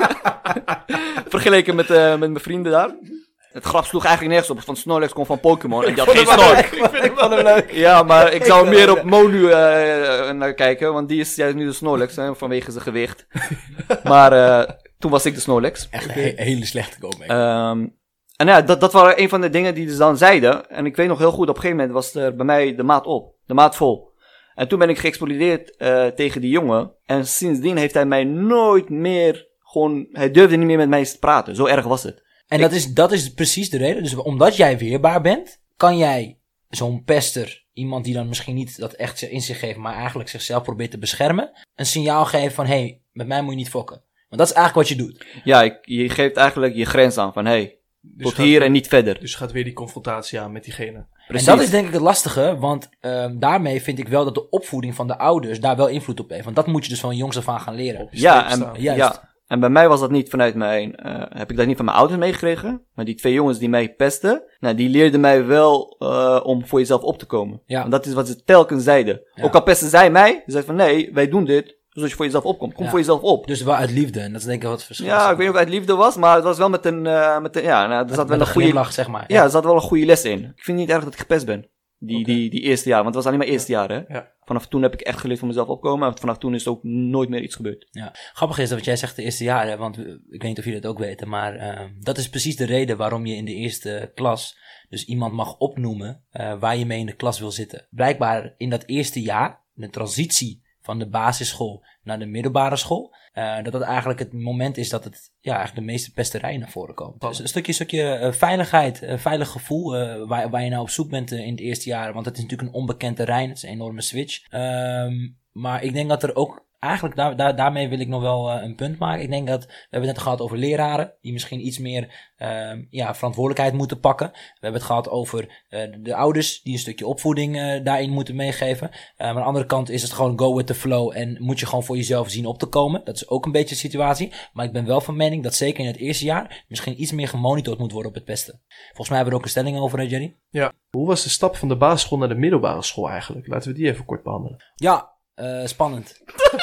S1: Vergeleken met, uh, met mijn vrienden daar. Het grap sloeg eigenlijk nergens op, want Snorlax komt van Pokémon en die had geen snor.
S2: Ik vind het wel leuk.
S1: Ja, maar ik zou meer op Molu uh, naar kijken, want die is juist nu de Snorlax, hè, vanwege zijn gewicht. Maar uh, toen was ik de Snorlax.
S3: Echt een he- hele slechte komen.
S1: Um, en ja, dat, dat waren een van de dingen die ze dan zeiden. En ik weet nog heel goed, op een gegeven moment was er bij mij de maat op. De maat vol. En toen ben ik geëxplodeerd uh, tegen die jongen. En sindsdien heeft hij mij nooit meer gewoon... Hij durfde niet meer met mij te praten. Zo erg was het.
S3: En
S1: ik,
S3: dat, is, dat is precies de reden. Dus omdat jij weerbaar bent, kan jij zo'n pester, iemand die dan misschien niet dat echt in zich geeft, maar eigenlijk zichzelf probeert te beschermen, een signaal geven van, hé, hey, met mij moet je niet fokken. Want dat is eigenlijk wat je doet.
S1: Ja, ik, je geeft eigenlijk je grens aan van, hé, hey,
S2: Dus
S1: tot
S2: gaat,
S1: hier en niet verder.
S2: Dus je gaat weer die confrontatie aan met diegene.
S1: Precies.
S3: En dat is denk ik het lastige, want um, daarmee vind ik wel dat de opvoeding van de ouders daar wel invloed op heeft. Want dat moet je dus van jongs af aan gaan leren.
S2: Op je
S1: Ja,
S2: streep
S1: en,
S2: staan.
S3: Juist.
S1: ja, en bij mij was dat niet vanuit mijn, uh, heb ik dat niet van mijn ouders meegekregen. Maar die twee jongens die mij pesten, nou, die leerden mij wel uh, om voor jezelf op te komen.
S3: Ja.
S1: Want dat is wat ze telkens zeiden.
S3: Ja.
S1: Ook al pesten zij mij, ze zeiden van nee, wij doen dit, zodat je voor jezelf opkomt. Kom
S3: Ja.
S1: voor jezelf op.
S3: Dus wel uit liefde, en dat is denk ik wat het verschil.
S1: Ja, ik weet niet of het uit liefde was, maar het was wel met een, uh, met een ja, nou, er zat
S3: met,
S1: wel
S3: met
S1: een
S3: een
S1: goede,
S3: glimlach, zeg maar.
S1: ja, er zat wel een goede les in. Ik vind het niet erg dat ik gepest ben. Die,
S2: Oké.
S1: die, die eerste jaar, want het was alleen maar eerste jaar, hè.
S2: Ja.
S1: Vanaf toen heb ik echt geleerd voor mezelf opkomen. En vanaf toen is er ook nooit meer iets gebeurd.
S3: Ja. Grappig is dat wat jij zegt de eerste jaren, want uh, ik weet niet of jullie dat ook weten, maar uh, dat is precies de reden waarom je in de eerste klas dus iemand mag opnoemen uh, waar je mee in de klas wil zitten. Blijkbaar in dat eerste jaar, de transitie van de basisschool naar de middelbare school, uh, dat dat eigenlijk het moment is dat het ja eigenlijk de meeste pesterijen naar voren komen. Dus een stukje, stukje uh, veiligheid, een uh, veilig gevoel uh, waar, waar je nou op zoek bent uh, in het eerste jaar, want het is natuurlijk een onbekend terrein, het is een enorme switch. Um, maar ik denk dat er ook eigenlijk, daar, daar, daarmee wil ik nog wel uh, een punt maken. Ik denk dat, we hebben het net gehad over leraren, die misschien iets meer uh, ja, verantwoordelijkheid moeten pakken. We hebben het gehad over uh, de, de ouders, die een stukje opvoeding uh, daarin moeten meegeven. Uh, maar aan de andere kant is het gewoon go with the flow en moet je gewoon voor jezelf zien op te komen. Dat is ook een beetje de situatie. Maar ik ben wel van mening dat zeker in het eerste jaar misschien iets meer gemonitord moet worden op het pesten. Volgens mij hebben we er ook een stelling over, hè, Jerry?
S2: Ja. Hoe was de stap van de basisschool naar de middelbare school eigenlijk? Laten we die even kort behandelen.
S3: Ja, uh, spannend.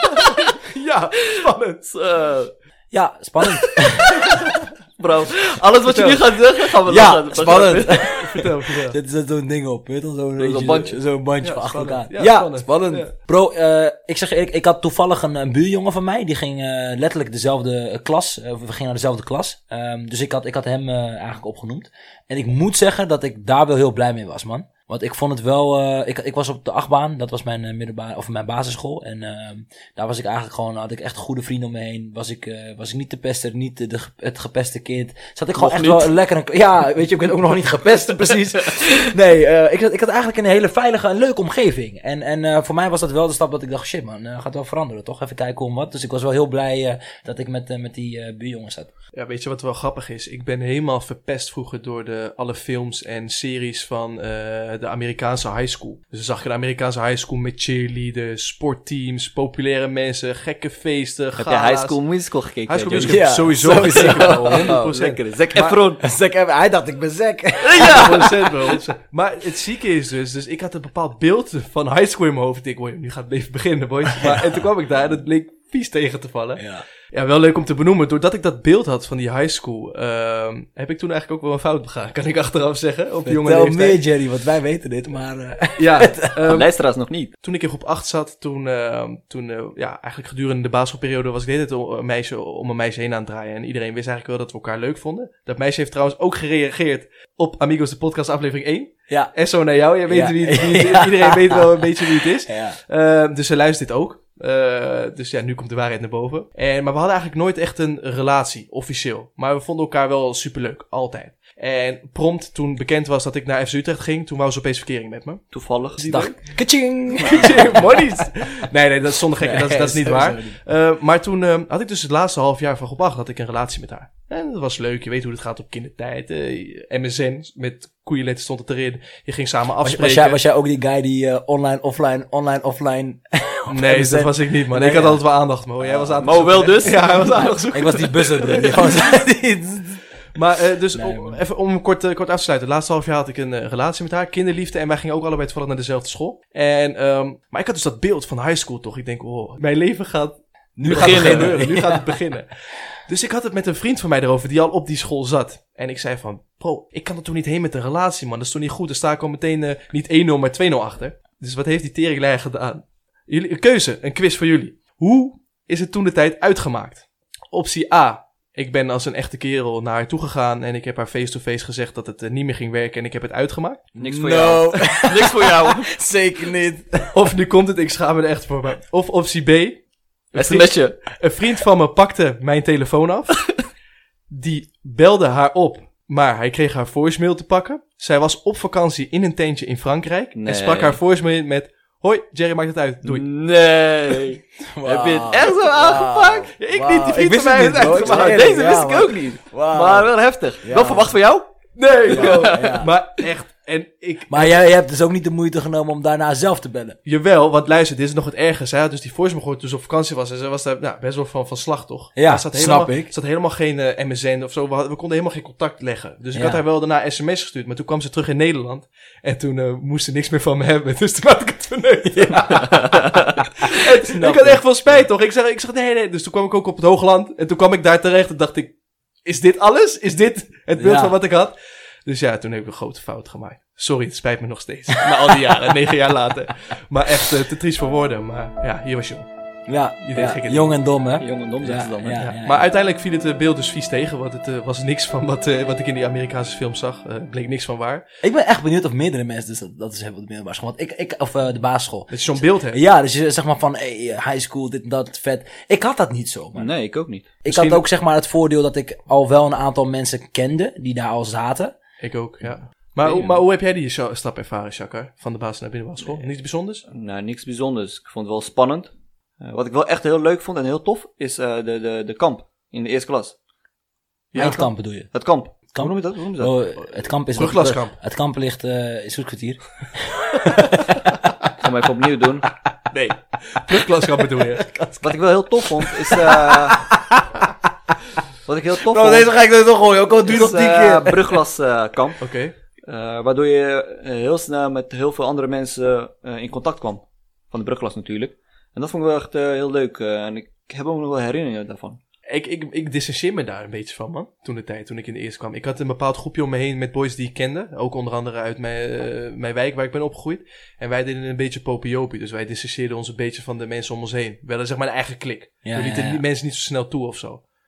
S2: Ja, spannend.
S1: Uh,
S3: Ja, spannend.
S1: bro, alles wat je nu gaat zeggen, gaan we
S3: Ja,
S1: lachen.
S3: spannend.
S2: Vertel, vertel.
S3: Dit is zo'n ding op, weet je wel, zo'n
S1: Zo'n
S3: zo'n
S1: bandje.
S3: Zo'n bandje
S2: Ja,
S3: van achter
S2: spannend.
S3: elkaar.
S2: Ja,
S3: Ja,
S2: spannend.
S3: spannend.
S2: Ja.
S3: Bro, uh, ik zeg je eerlijk, ik had toevallig een, een buurjongen van mij, die ging uh, letterlijk dezelfde uh, klas, uh, we gingen naar dezelfde klas. Um, dus ik had, ik had hem uh, eigenlijk opgenoemd. En ik moet zeggen dat ik daar wel heel blij mee was, man. Want ik vond het wel... Uh, ik, ik was op de achtbaan. Dat was mijn uh, middelbare... Of mijn basisschool. En uh, daar was ik eigenlijk gewoon... Had ik echt goede vrienden om me heen. Was ik, uh, was ik niet de pester. Niet de, de, het gepeste kind. Zat ik gewoon nog echt niet. Wel lekker... Een, ja, weet je, ik ben ook nog niet gepest precies. Nee, uh, ik, ik had eigenlijk een hele veilige en leuke omgeving. En, en uh, voor mij was dat wel de stap dat ik dacht... Shit man, uh, gaat wel veranderen toch? Even kijken hoe en wat. Dus ik was wel heel blij uh, dat ik met, uh, met die uh, buurjongens zat.
S2: Ja, weet je wat wel grappig is? Ik ben helemaal verpest vroeger door de, alle films en series van uh, de Amerikaanse high school. Dus dan zag je de Amerikaanse high school met cheerleaders, sportteams, populaire mensen, gekke feesten,
S1: Heb
S2: gala's.
S1: je High School Musical gekeken?
S2: High School
S1: Joey?
S2: Musical,
S3: Ja,
S2: sowieso.
S3: sowieso.
S2: Zeker wel, honderd procent.
S1: Oh, lekker. Zac Efron.
S3: Zac, hij dacht ik ben Zac.
S2: Ja, honderd procent wel. Maar het zieke is dus, dus ik had een bepaald beeld van high school in mijn hoofd. Ik denk, wow, nu gaat het leven beginnen, boys. Maar, en toen kwam ik daar en het bleek vies tegen te vallen.
S3: Ja.
S2: Ja, wel leuk om te benoemen. Doordat ik dat beeld had van die high school, uh, heb ik toen eigenlijk ook wel een fout begaan. Kan ik achteraf zeggen, op jonge
S3: Vertel
S2: leeftijd.
S3: meer, Jerry, want wij weten dit, maar... Uh...
S2: Ja, um,
S1: luisteraars nog niet.
S2: Toen ik in groep acht zat, toen, uh, toen uh, ja, eigenlijk gedurende de basisschoolperiode was ik de hele tijd om een meisje, om een meisje heen aan het draaien. En iedereen wist eigenlijk wel dat we elkaar leuk vonden. Dat meisje heeft trouwens ook gereageerd op Amigos de podcast aflevering één.
S3: Ja.
S2: En zo naar jou. Je weet
S3: Ja.
S2: wie, wie,
S3: Ja.
S2: Iedereen weet wel een beetje wie het is.
S3: Ja.
S2: Uh, dus ze luistert dit ook. Uh, dus ja, nu komt de waarheid naar boven. En, maar we hadden eigenlijk nooit echt een relatie, officieel. Maar we vonden elkaar wel superleuk, altijd. En prompt, toen bekend was dat ik naar F C Utrecht ging, toen wou ze opeens verkering met me.
S1: Toevallig.
S2: Is die
S3: Dag.
S2: leuk?
S3: Kaching!
S2: Monies! Nee, nee, dat is zonder gekke,
S3: Nee,
S2: dat, is- dat is niet
S3: sowieso
S2: waar.
S3: niet.
S2: Uh, maar toen uh, had ik dus het laatste half jaar van groep acht had ik een relatie met haar. En dat was leuk, je weet hoe het gaat op kindertijd. Uh, M S N, met koeienletter stond het erin. Je ging samen
S3: Was,
S2: afspreken.
S3: was, jij, was jij ook die guy die uh, online, offline, online, offline...
S2: Nee,
S3: M S N?
S2: dat was ik niet, man.
S3: Nee,
S2: ik had
S3: ja.
S2: altijd wel aandacht, Mo. Jij was aan het
S1: Mo wel
S2: zoeken, hè?
S1: dus?
S2: Ja, hij was aan het zoeken.
S3: Ik was die buzzer. Die gewoon zei-
S2: Maar uh, dus
S3: Nee,
S2: om,
S3: man.
S2: even om hem kort, uh, kort af te sluiten. Het laatste half jaar had ik een uh, relatie met haar, kinderliefde. En wij gingen ook allebei toevallig naar dezelfde school. En, um, maar ik had dus dat beeld van high school toch. Ik denk, oh, mijn leven gaat... Nu,
S3: Nu
S2: gaat het
S3: beginnen.
S2: gebeuren. Nu gaat het beginnen. Dus ik had het met een vriend van mij erover die al op die school zat. En ik zei van, bro, ik kan er toch niet heen met een relatie, man. Dat is toch niet goed. Dan sta ik al meteen uh, niet één nul, maar twee nul achter. Dus wat heeft die teringleier gedaan? Jullie, een keuze, een quiz voor jullie. Hoe is het toen de tijd uitgemaakt? Optie A. Ik ben als een echte kerel naar haar toegegaan en ik heb haar face-to-face gezegd dat het uh, niet meer ging werken en ik heb het uitgemaakt.
S1: Niks voor jou.
S3: Niks voor jou. Zeker niet.
S2: Of nu komt het, ik schaam me er echt voor. Maar, of optie B. Een vriend,
S1: sms'je.
S2: een vriend van me pakte mijn telefoon af. Die belde haar op, maar hij kreeg haar voicemail te pakken. Zij was op vakantie in een tentje in Frankrijk
S1: Nee.
S2: en sprak haar voicemail met... Hoi, Jerry maakt het uit. Doei.
S1: Nee.
S3: Wow.
S1: Heb je het echt zo aangepakt?
S2: Ja, ik
S3: Wow.
S2: niet, die vriend
S3: Ik
S2: van mij
S3: wist het
S2: heeft
S3: niet,
S2: het
S3: bro.
S2: uitgemaakt.
S3: Ik
S1: Deze
S3: eerlijk,
S1: wist
S3: ja,
S1: ik
S3: man.
S1: ook niet.
S3: Wow.
S1: Maar wel heftig.
S3: Ja.
S1: Wel verwacht van jou?
S2: Nee,
S3: Ja,
S2: bro.
S3: ja.
S2: Maar echt, en ik...
S3: Maar jij, jij hebt dus ook niet de moeite genomen om daarna zelf te bellen.
S2: Jawel, want luister, dit is nog het erge. Zij had dus die voicemail gehoord toen ze op vakantie was. En ze was daar nou, best wel van, van slag, toch?
S3: Ja,
S2: Er zat
S3: snap
S2: helemaal,
S3: ik.
S2: Er zat helemaal geen uh, M S N of zo. We, hadden- we konden helemaal geen contact leggen. Dus ik
S3: Ja.
S2: had haar wel daarna sms gestuurd. Maar toen kwam ze terug in Nederland. En toen uh, moest ze niks meer van me hebben. Dus toen had ik het verneukt. En
S3: Snap
S2: ik had
S3: ik.
S2: echt veel spijt, toch? Ik zeg, ik zeg, nee, nee. Dus toen kwam ik ook op het Hoogland. En toen kwam ik daar terecht. En dacht ik, is dit alles? Is dit het beeld
S3: Ja.
S2: van wat ik had? Dus ja, toen heb ik een grote fout gemaakt. Sorry, het spijt me nog steeds. Na al die jaren, negen jaar later. Maar echt uh, te triest voor woorden. Maar ja, hier was jong.
S3: Ja,
S2: Je deed
S3: ja.
S2: gekke
S3: Jong en dom, hè?
S1: Jong en dom zeggen ze dan. hè?
S3: Ja,
S2: Ja.
S3: ja,
S2: Maar
S3: ja.
S2: uiteindelijk viel het uh, beeld dus vies tegen. Want het uh, was niks van wat, uh, wat ik in die Amerikaanse film zag. Uh, bleek niks van waar.
S3: Ik ben echt benieuwd of meerdere mensen, dus dat, dat is heel wat middelbare school. Want ik, ik of uh, de basisschool.
S2: Dat je zo'n beeld hebt.
S3: Ja, dus je zeg maar van, hey, high school, dit en dat, vet. Ik had dat niet zo, man.
S1: Nee, ik ook niet.
S3: Ik
S2: Misschien-
S3: had ook zeg maar het voordeel dat ik al wel een aantal mensen kende die daar al zaten.
S2: Ik ook, ja. Maar,
S1: Nee,
S2: hoe-
S1: ja.
S2: maar hoe heb jij die scha- stap ervaren, Shakar? Van de basis naar binnenbouw school? Niets bijzonders?
S1: Nou, niks bijzonders. Ik vond het wel spannend. Uh, wat ik wel echt heel leuk vond en heel tof, is uh, de, de, de kamp in de eerste klas.
S3: Ja, het kamp bedoel je?
S1: Het kamp.
S3: Kamp?
S1: Hoe noem je dat? Hoe noem je dat?
S3: Oh, het kamp is...
S2: Brugklaskamp.
S3: Het kamp ligt uh, in Zoetkwartier.
S1: Ik ga hem even opnieuw doen.
S2: Nee. Brugklaskamp bedoel je?
S1: Wat ik wel heel tof vond, is... Uh, wat ik heel tof vond...
S3: ga ik er toch gooien, ook al duurt
S1: is uh, brugklaskamp.
S2: Oké.
S1: Uh, waardoor je uh, heel snel met heel veel andere mensen uh, in contact kwam. Van de brugklas natuurlijk. En dat vond ik wel echt uh, heel leuk. Uh, en ik heb ook nog wel herinneringen daarvan.
S2: Ik, ik, ik distancieer me daar een beetje van, man. Toen de tijd, toen ik in de eerste kwam. Ik had een bepaald groepje om me heen met boys die ik kende. Ook onder andere uit mijn, uh, mijn wijk waar ik ben opgegroeid. En wij deden een beetje popiopie. Dus wij distancieerden ons een beetje van de mensen om ons heen. We hadden zeg maar een eigen klik.
S3: Ja,
S2: We lieten
S3: ja, ja.
S2: die mensen niet zo snel toe of zo.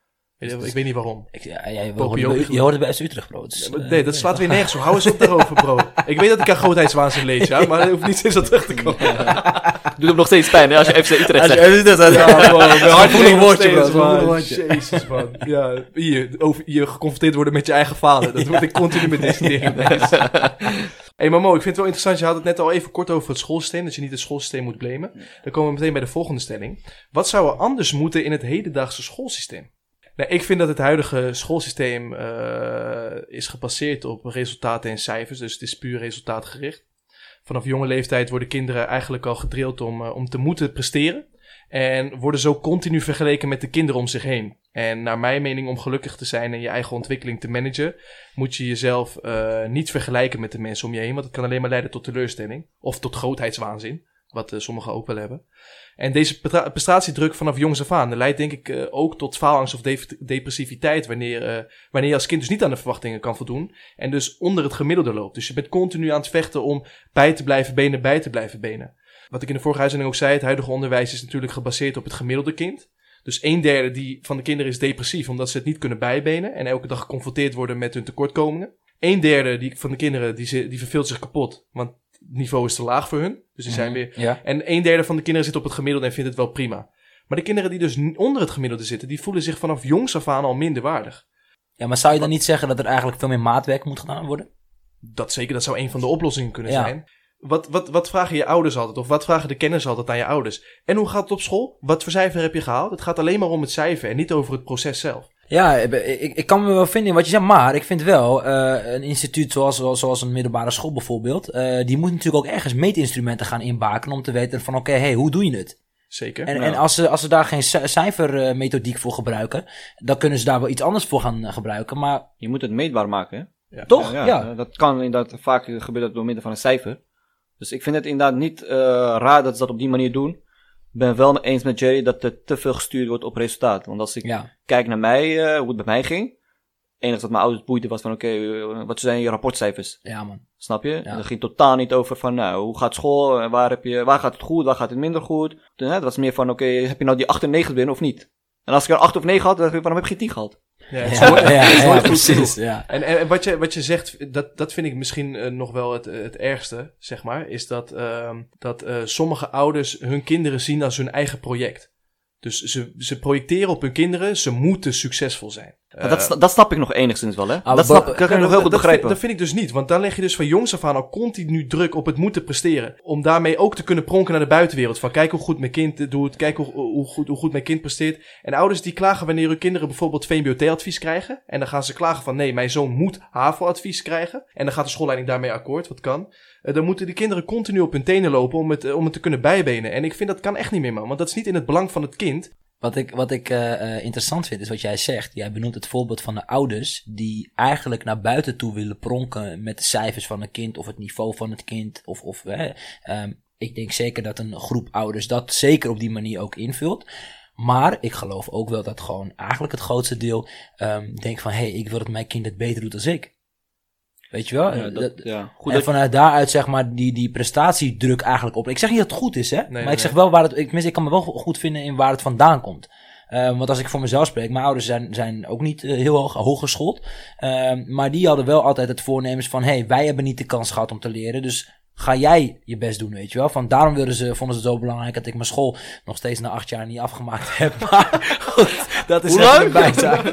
S2: Ik, ik weet niet waarom.
S3: Ik, ja, ja, je,
S2: Popio-
S3: hoort, je hoort het bij F C Utrecht, bro. Dus,
S2: Ja, maar
S3: uh,
S2: nee, dat slaat weer nergens op. Hou eens op daarover, bro. Ik weet dat ik aan grootheidswaanzin lees, ja, maar het hoeft niet steeds op terug te komen.
S1: Doet hem nog steeds pijn hè, als je F C Utrecht
S3: Als je
S1: zegt.
S3: F C Utrecht zegt, ja, bro. Hardvoelig woordje, bro.
S2: Steeds, man.
S3: Hardvoelig woordje.
S2: Jezus, man. Ja, hier, over, je geconfronteerd worden met je eigen vader. Dat word ik continu met deze dingen. Hé, hey, maar Mo, ik vind het wel interessant. Je had het net al even kort over het schoolsysteem. Dat je niet het schoolsysteem moet blamen. Dan komen we meteen bij de volgende stelling. Wat zou er anders moeten in het hedendaagse schoolsysteem? Nou, ik vind dat het huidige schoolsysteem uh, is gebaseerd op resultaten en cijfers. Dus het is puur resultaatgericht. Vanaf jonge leeftijd worden kinderen eigenlijk al gedrild om, uh, om te moeten presteren. En worden zo continu vergeleken met de kinderen om zich heen. En naar mijn mening, om gelukkig te zijn en je eigen ontwikkeling te managen, moet je jezelf uh, niet vergelijken met de mensen om je heen. Want het kan alleen maar leiden tot teleurstelling. Of tot grootheidswaanzin. Wat uh, sommigen ook wel hebben. En deze petra- prestatiedruk vanaf jongs af aan leidt denk ik uh, ook tot faalangst of de- depressiviteit. Wanneer, uh, wanneer je als kind dus niet aan de verwachtingen kan voldoen. En dus onder het gemiddelde loopt. Dus je bent continu aan het vechten om bij te blijven benen, bij te blijven benen. Wat ik in de vorige uitzending ook zei, het huidige onderwijs is natuurlijk gebaseerd op het gemiddelde kind. Dus een derde die van de kinderen is depressief omdat ze het niet kunnen bijbenen. En elke dag geconfronteerd worden met hun tekortkomingen. Een derde die, van de kinderen die, ze, die verveelt zich kapot. Want het niveau is te laag voor hun. Dus die zijn
S3: Mhm,
S2: weer...
S3: ja.
S2: En een derde van de kinderen zit op het gemiddelde en vindt het wel prima. Maar de kinderen die dus n- onder het gemiddelde zitten, die voelen zich vanaf jongs af aan al minder waardig.
S3: Ja, maar zou je dan niet zeggen dat er eigenlijk veel meer maatwerk moet gedaan worden?
S2: Dat zeker, dat zou een van de oplossingen kunnen
S3: Ja.
S2: zijn. Wat, wat, wat vragen je ouders altijd? Of wat vragen de kenners altijd aan je ouders? En hoe gaat het op school? Wat voor cijfer heb je gehaald? Het gaat alleen maar om het cijfer en niet over het proces zelf.
S3: Ja, ik, ik, ik kan me wel vinden in wat je zegt, maar ik vind wel, uh, een instituut zoals, zoals, zoals een middelbare school bijvoorbeeld, uh, die moet natuurlijk ook ergens meetinstrumenten gaan inbaken om te weten van oké, okay, hey, hoe doe je het?
S2: Zeker.
S3: En,
S1: Ja.
S3: en als, ze, als ze daar geen ci- cijfermethodiek voor gebruiken, dan kunnen ze daar wel iets anders voor gaan uh, gebruiken, maar
S1: Je moet het meetbaar maken, hè?
S2: Ja.
S3: toch?
S1: Ja,
S3: Ja.
S1: eh, dat kan inderdaad vaak gebeuren dat door middel van een cijfer. Dus ik vind het inderdaad niet uh, raar dat ze dat op die manier doen. Ik ben wel mee eens met Jerry dat er te veel gestuurd wordt op resultaat. Want als ik
S3: Ja.
S1: kijk naar mij, uh, hoe het bij mij ging. Het enige dat mijn ouders boeide was van oké, okay, wat zijn je rapportcijfers?
S3: Ja, man.
S1: Snap je?
S3: Ja.
S1: En dat ging totaal niet over van nou, hoe gaat school? En waar, heb je, waar gaat het goed? Waar gaat het minder goed? Toen, hè, het was meer van oké, okay, heb je nou die acht en negen binnen of niet? En als ik er acht of negen had, dan dacht ik, waarom heb je geen tien gehad?
S2: Ja, het is
S3: Ja,
S2: nooit-
S3: ja,
S2: het is
S3: ja,
S2: nooit goed
S3: precies.
S2: genoeg.
S3: Ja.
S2: En, en, en wat, je, wat je zegt, dat, dat vind ik misschien uh, nog wel het, het ergste, zeg maar. Is dat, uh, dat uh, sommige ouders hun kinderen zien als hun eigen project. Dus ze, ze projecteren op hun kinderen, ze moeten succesvol zijn.
S1: Maar dat, sna- dat snap ik nog enigszins wel, hè?
S3: Ah,
S1: dat,
S3: bo-
S1: snap, dat kan ik nog heel goed
S2: dat,
S1: begrijpen.
S2: Vind, dat vind ik dus niet, want dan leg je dus van jongs af aan al continu druk op het moeten presteren. Om daarmee ook te kunnen pronken naar de buitenwereld. Van kijk hoe goed mijn kind het doet, kijk hoe, hoe, goed, hoe goed mijn kind presteert. En ouders die klagen wanneer hun kinderen bijvoorbeeld V M B O T-advies krijgen. En dan gaan ze klagen van nee, mijn zoon moet HAVO-advies krijgen. En dan gaat de schoolleiding daarmee akkoord, wat kan. Uh, dan moeten die kinderen continu op hun tenen lopen om het, uh, om het te kunnen bijbenen. En ik vind dat kan echt niet meer, man. Want dat is niet in het belang van het kind.
S3: Wat ik, wat ik uh, uh, interessant vind is wat jij zegt. Jij benoemt het voorbeeld van de ouders die eigenlijk naar buiten toe willen pronken met de cijfers van een kind of het niveau van het kind. Of, of hè, um, ik denk zeker dat een groep ouders dat zeker op die manier ook invult. Maar ik geloof ook wel dat gewoon eigenlijk het grootste deel um, denkt van hé, hey, ik wil dat mijn kind het beter doet dan ik. Weet je wel?
S1: Ja, dat, ja. Goed
S3: en
S1: dat-
S3: vanuit daaruit zeg maar die, die prestatiedruk eigenlijk op. Ik zeg niet dat het goed is, hè? maar
S2: nee,
S3: ik zeg wel waar het. Ik, tenminste, ik kan me wel go- goed vinden in waar het vandaan komt. Um, want als ik voor mezelf spreek, mijn ouders zijn, zijn ook niet uh, heel hoog, hoog geschoold. Um, maar die hadden wel altijd het voornemens van: hé, hey, wij hebben niet de kans gehad om te leren. Dus ga jij je best doen, weet je wel. Van daarom wilden ze, vonden ze het zo belangrijk dat ik mijn school nog steeds na acht jaar niet afgemaakt heb. Maar goed, dat is
S1: Hoe
S3: even
S1: lang?
S3: een bijzaak.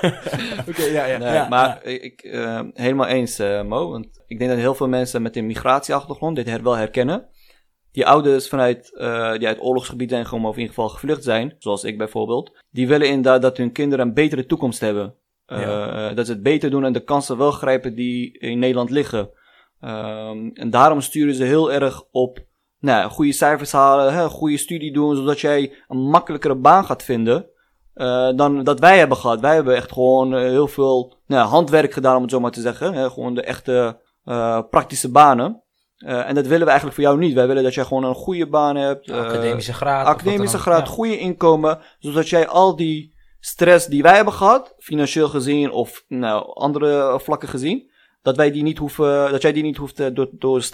S2: Oké, ja, ja.
S1: Nee,
S3: Ja,
S1: maar ik uh, helemaal eens, uh, Mo. Want ik denk dat heel veel mensen met een migratieachtergrond dit her- wel herkennen. Die ouders vanuit, uh, die uit oorlogsgebied zijn gekomen of in ieder geval gevlucht zijn, zoals ik bijvoorbeeld, die willen inderdaad dat hun kinderen een betere toekomst hebben. Uh,
S2: Ja.
S1: Dat ze het beter doen en de kansen wel grijpen die in Nederland liggen. Um, en daarom sturen ze heel erg op nou, goede cijfers halen, hè, goede studie doen, zodat jij een makkelijkere baan gaat vinden uh, dan dat wij hebben gehad. Wij hebben echt gewoon uh, heel veel nou, handwerk gedaan, om het zo maar te zeggen. Hè, gewoon de echte uh, praktische banen. Uh, en dat willen we eigenlijk voor jou niet. Wij willen dat jij gewoon een goede baan hebt. Uh,
S3: Academische graad. of wat
S1: academische
S3: dan ook.
S1: graad,
S3: Ja.
S1: goede inkomen. Zodat jij al die stress die wij hebben gehad, financieel gezien of nou, andere vlakken gezien, dat wij die niet hoeven, dat jij die niet hoeft te door, doorstaan.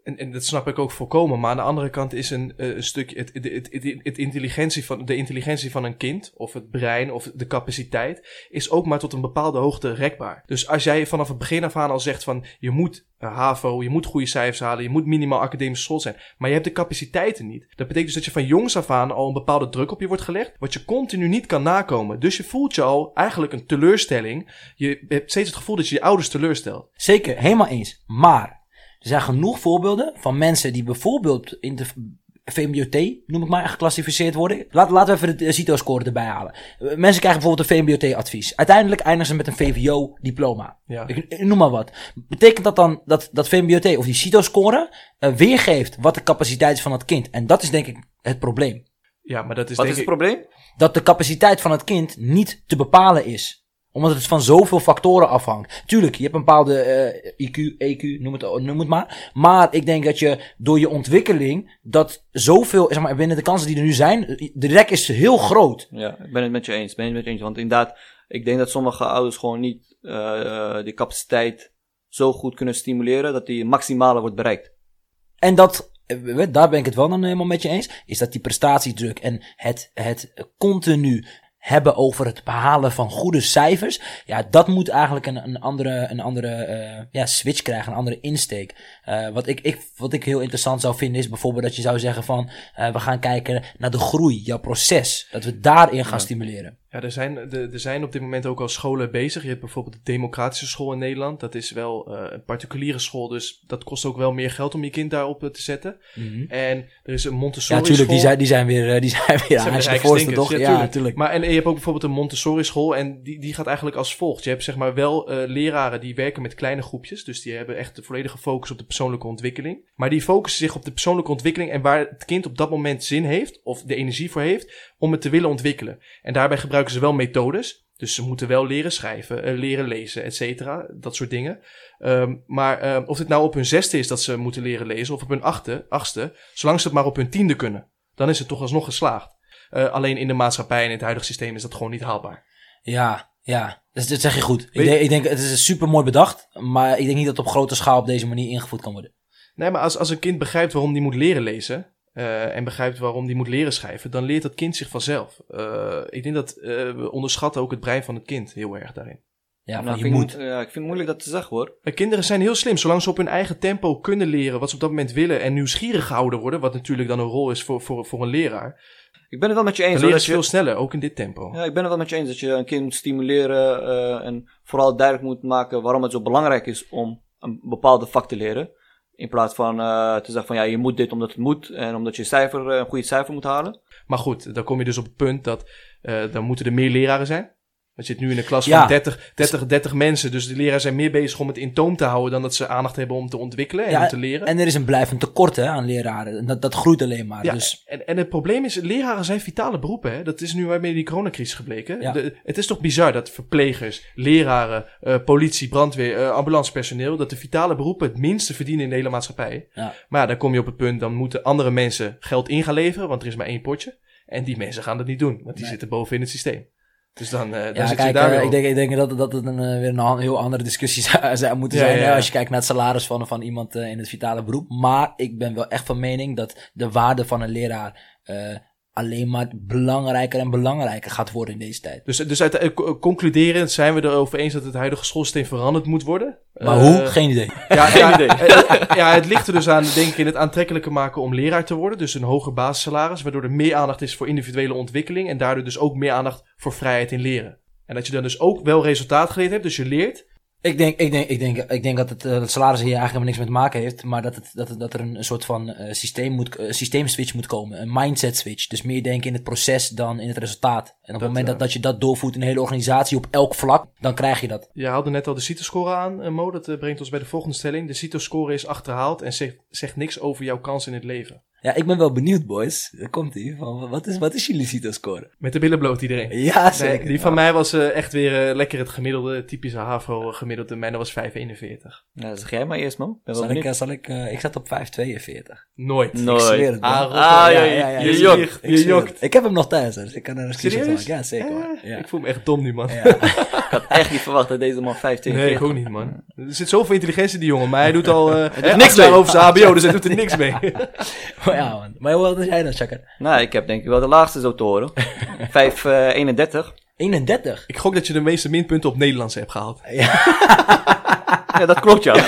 S2: En, en dat snap ik ook volkomen. Maar aan de andere kant is een, uh, een stukje... Het, het, het, het, het intelligentie van, de intelligentie van een kind, of het brein, of de capaciteit, is ook maar tot een bepaalde hoogte rekbaar. Dus als jij vanaf het begin af aan al zegt van, je moet uh, HAVO, je moet goede cijfers halen, je moet minimaal academische school zijn, maar je hebt de capaciteiten niet. Dat betekent dus dat je van jongs af aan al een bepaalde druk op je wordt gelegd, wat je continu niet kan nakomen. Dus je voelt je al eigenlijk een teleurstelling. Je hebt steeds het gevoel dat je je ouders teleurstelt.
S3: Zeker, helemaal eens. Maar er zijn genoeg voorbeelden van mensen die bijvoorbeeld in de V M B O T, noem ik maar, geclassificeerd worden. Laat, laten we even de CITO-score erbij halen. Mensen krijgen bijvoorbeeld een V M B O T-advies. Uiteindelijk eindigen ze met een V V O-diploma.
S2: Ja.
S3: Ik, ik noem maar wat. Betekent dat dan dat, dat V M B O T of die CITO-score uh, weergeeft wat de capaciteit is van het kind? En dat is denk ik het probleem.
S2: Ja, maar dat is
S1: Wat
S2: denk
S1: is het
S2: ik...
S1: probleem?
S3: Dat de capaciteit van het kind niet te bepalen is. Omdat het van zoveel factoren afhangt. Tuurlijk, je hebt een bepaalde uh, I Q, E Q, noem het, noem het maar. Maar ik denk dat je door je ontwikkeling, dat zoveel, zeg maar, binnen de kansen die er nu zijn, de rek is heel groot.
S1: Ja, ik ben het met je eens. Ik ben het met je eens. Want inderdaad, ik denk dat sommige ouders gewoon niet uh, uh, die capaciteit zo goed kunnen stimuleren dat die maximale wordt bereikt.
S3: En dat, daar ben ik het wel dan helemaal met je eens, is dat die prestatiedruk en het, het continu hebben over het behalen van goede cijfers. Ja, dat moet eigenlijk een, een andere, een andere uh, ja, switch krijgen, een andere insteek. Uh, wat, ik, ik, wat ik heel interessant zou vinden is bijvoorbeeld dat je zou zeggen van, uh, we gaan kijken naar de groei, jouw proces. Dat we daarin gaan
S1: Ja.
S3: stimuleren.
S2: Ja, er zijn, er zijn op dit moment ook al scholen bezig. Je hebt bijvoorbeeld de democratische school in Nederland. Dat is wel uh, een particuliere school, dus dat kost ook wel meer geld om je kind daarop te zetten.
S3: Mm-hmm.
S2: En er is een Montessori
S3: Ja, tuurlijk,
S2: school.
S3: die zijn, die zijn weer, die zijn weer aan de voorste, toch?
S2: Ja,
S3: Ja,
S2: tuurlijk.
S3: tuurlijk.
S2: Maar en je hebt ook bijvoorbeeld een Montessori school en die, die gaat eigenlijk als volgt. Je hebt zeg maar wel uh, leraren die werken met kleine groepjes, dus die hebben echt de volledige focus op de persoonlijke ontwikkeling. Maar die focussen zich op de persoonlijke ontwikkeling en waar het kind op dat moment zin heeft, of de energie voor heeft, om het te willen ontwikkelen. En daarbij gebruiken ze wel methodes. Dus ze moeten wel leren schrijven, uh, leren lezen, et cetera. Dat soort dingen. Um, maar uh, of het nou op hun zesde is dat ze moeten leren lezen, of op hun achte, achtste, zolang ze het maar op hun tiende kunnen, dan is het toch alsnog geslaagd. Uh, alleen in de maatschappij en in het huidige systeem is dat gewoon niet haalbaar.
S3: Ja, ja. Dat, dat zeg je goed. Ik
S2: Weet-
S3: denk, ik denk, het is super mooi bedacht, maar ik denk niet dat het op grote schaal op deze manier ingevoerd kan worden.
S2: Nee, maar als, als een kind begrijpt waarom die moet leren lezen, uh, en begrijpt waarom die moet leren schrijven, dan leert dat kind zich vanzelf. Uh, ik denk dat uh, we onderschatten ook het brein van het kind heel erg daarin.
S3: Ja, van
S1: Nou,
S3: je
S1: vind ik,
S3: moet.
S1: ja, ik vind het moeilijk dat te zeggen hoor.
S2: Uh, kinderen zijn heel slim, zolang ze op hun eigen tempo kunnen leren wat ze op dat moment willen en nieuwsgierig gehouden worden, wat natuurlijk dan een rol is voor, voor, voor een leraar.
S1: Ik ben het wel met je eens.
S2: Dan
S1: hoor,
S2: leren
S1: dat
S2: ze
S1: je,
S2: veel sneller, ook in dit tempo.
S1: ja, ik ben het wel met je eens dat je een kind moet stimuleren uh, en vooral duidelijk moet maken waarom het zo belangrijk is om een bepaalde vak te leren. In plaats van uh, te zeggen van ja, je moet dit omdat het moet en omdat je cijfer, uh, een goede cijfer moet halen.
S2: Maar goed, dan kom je dus op het punt dat uh, dan moeten er meer leraren zijn. Je zit nu in een klas
S3: Ja.
S2: van dertig, dertig, dertig mensen. Dus de leraren zijn meer bezig om het in toom te houden dan dat ze aandacht hebben om te ontwikkelen en
S3: Ja,
S2: om te leren.
S3: En er is een blijvend tekort hè, aan leraren. En Dat, dat groeit alleen maar.
S2: Ja,
S3: Dus
S2: en, en het probleem is, leraren zijn vitale beroepen. Hè? Dat is nu waarmee die coronacrisis gebleken.
S3: Ja.
S2: De, het is toch bizar dat verplegers, leraren, uh, politie, brandweer, uh, ambulancepersoneel, dat de vitale beroepen het minste verdienen in de hele maatschappij.
S3: Ja.
S2: Maar ja, dan kom je op het punt, dan moeten andere mensen geld in gaan leveren, want er is maar één potje. En die mensen gaan dat niet doen, want die
S3: Nee.
S2: zitten bovenin het systeem. Dus dan, uh, dan
S3: ja,
S2: zit
S3: kijk,
S2: je daar
S3: uh,
S2: weer
S3: ik,
S2: op.
S3: denk, ik denk dat, dat het een, uh, weer een an- heel andere discussie zou, zou moeten
S2: Ja,
S3: zijn.
S2: ja,
S3: hè,
S2: ja.
S3: Als je kijkt naar het salaris van, van iemand uh, in het vitale beroep. Maar ik ben wel echt van mening dat de waarde van een leraar uh, alleen maar belangrijker en belangrijker gaat worden in deze tijd.
S2: Dus, dus uit, uh, co- concluderend zijn we erover eens dat het huidige schoolsysteem veranderd moet worden.
S3: Maar
S2: Uh,
S3: hoe? Geen idee.
S2: Ja,
S1: Geen
S2: ja,
S1: idee.
S2: eh, ja, het ligt er dus aan, denk ik, in het aantrekkelijker maken om leraar te worden. Dus een hoger basissalaris, waardoor er meer aandacht is voor individuele ontwikkeling. En daardoor dus ook meer aandacht voor vrijheid in leren. En dat je dan dus ook wel resultaat geleerd hebt, dus je leert.
S3: Ik denk, ik denk, ik denk, ik denk dat het, uh, het salaris hier eigenlijk helemaal niks mee te maken heeft. Maar dat, het, dat, het, dat er een, een soort van uh, systeem moet, uh, systeemswitch moet komen. Een mindset switch. Dus meer denken in het proces dan in het resultaat. En op
S2: Dat,
S3: het moment
S2: uh,
S3: dat, dat je dat doorvoert in een hele organisatie op elk vlak, dan krijg je dat.
S2: Je haalde net al de CITO-score aan, uh, Mo. Dat uh, brengt ons bij de volgende stelling. De CITO-score is achterhaald en zegt, zegt niks over jouw kans in het leven.
S3: Ja, ik ben wel benieuwd, boys. Daar komt ie. Van, wat, is, wat is jullie CITO-score?
S2: Met de billen bloot iedereen.
S3: Ja, zeker.
S2: Nee, die van mij was uh, echt weer uh, lekker het gemiddelde, typische HAVO-gemiddelde. Mijn was vijf komma eenenveertig.
S1: Nou, zeg jij maar eerst, man. Ben
S3: Zal
S1: wel
S3: ik, uh, zal ik, uh, ik zat op vijf komma tweeënveertig.
S2: Nooit.
S1: Nooit.
S3: Ik zweer het, man.
S2: Ah,
S1: Ah, ja,
S3: ja, ja, ja,
S1: je
S3: je
S1: jokt.
S3: Ik
S2: Je
S3: zweer
S2: jokt.
S3: het. Ik heb hem nog thuis, dus ik kan er een screenshot van
S2: Serieus?
S3: maken. Ja, zeker hoor.
S2: Eh,
S3: Ja.
S2: Ik voel me echt dom nu, man.
S3: Ja.
S1: Ik had echt niet verwacht dat deze man vijf
S2: Nee,
S1: tweeënveertig.
S2: ik ook niet, man. Er zit zoveel intelligentie in die jongen, maar hij doet al uh,
S1: doet
S2: niks
S1: niks
S2: mee
S1: mee.
S2: over zijn H B O, dus hij doet er niks mee.
S3: Maar ja, man. Maar hoe oud is jij dan, Chakar?
S1: Nou, ik heb denk ik wel de laagste zo te horen. vijf komma eenendertig.
S3: eenendertig.
S2: Ik gok dat je de meeste minpunten op Nederlands hebt gehaald.
S1: Ja, dat klopt, ja.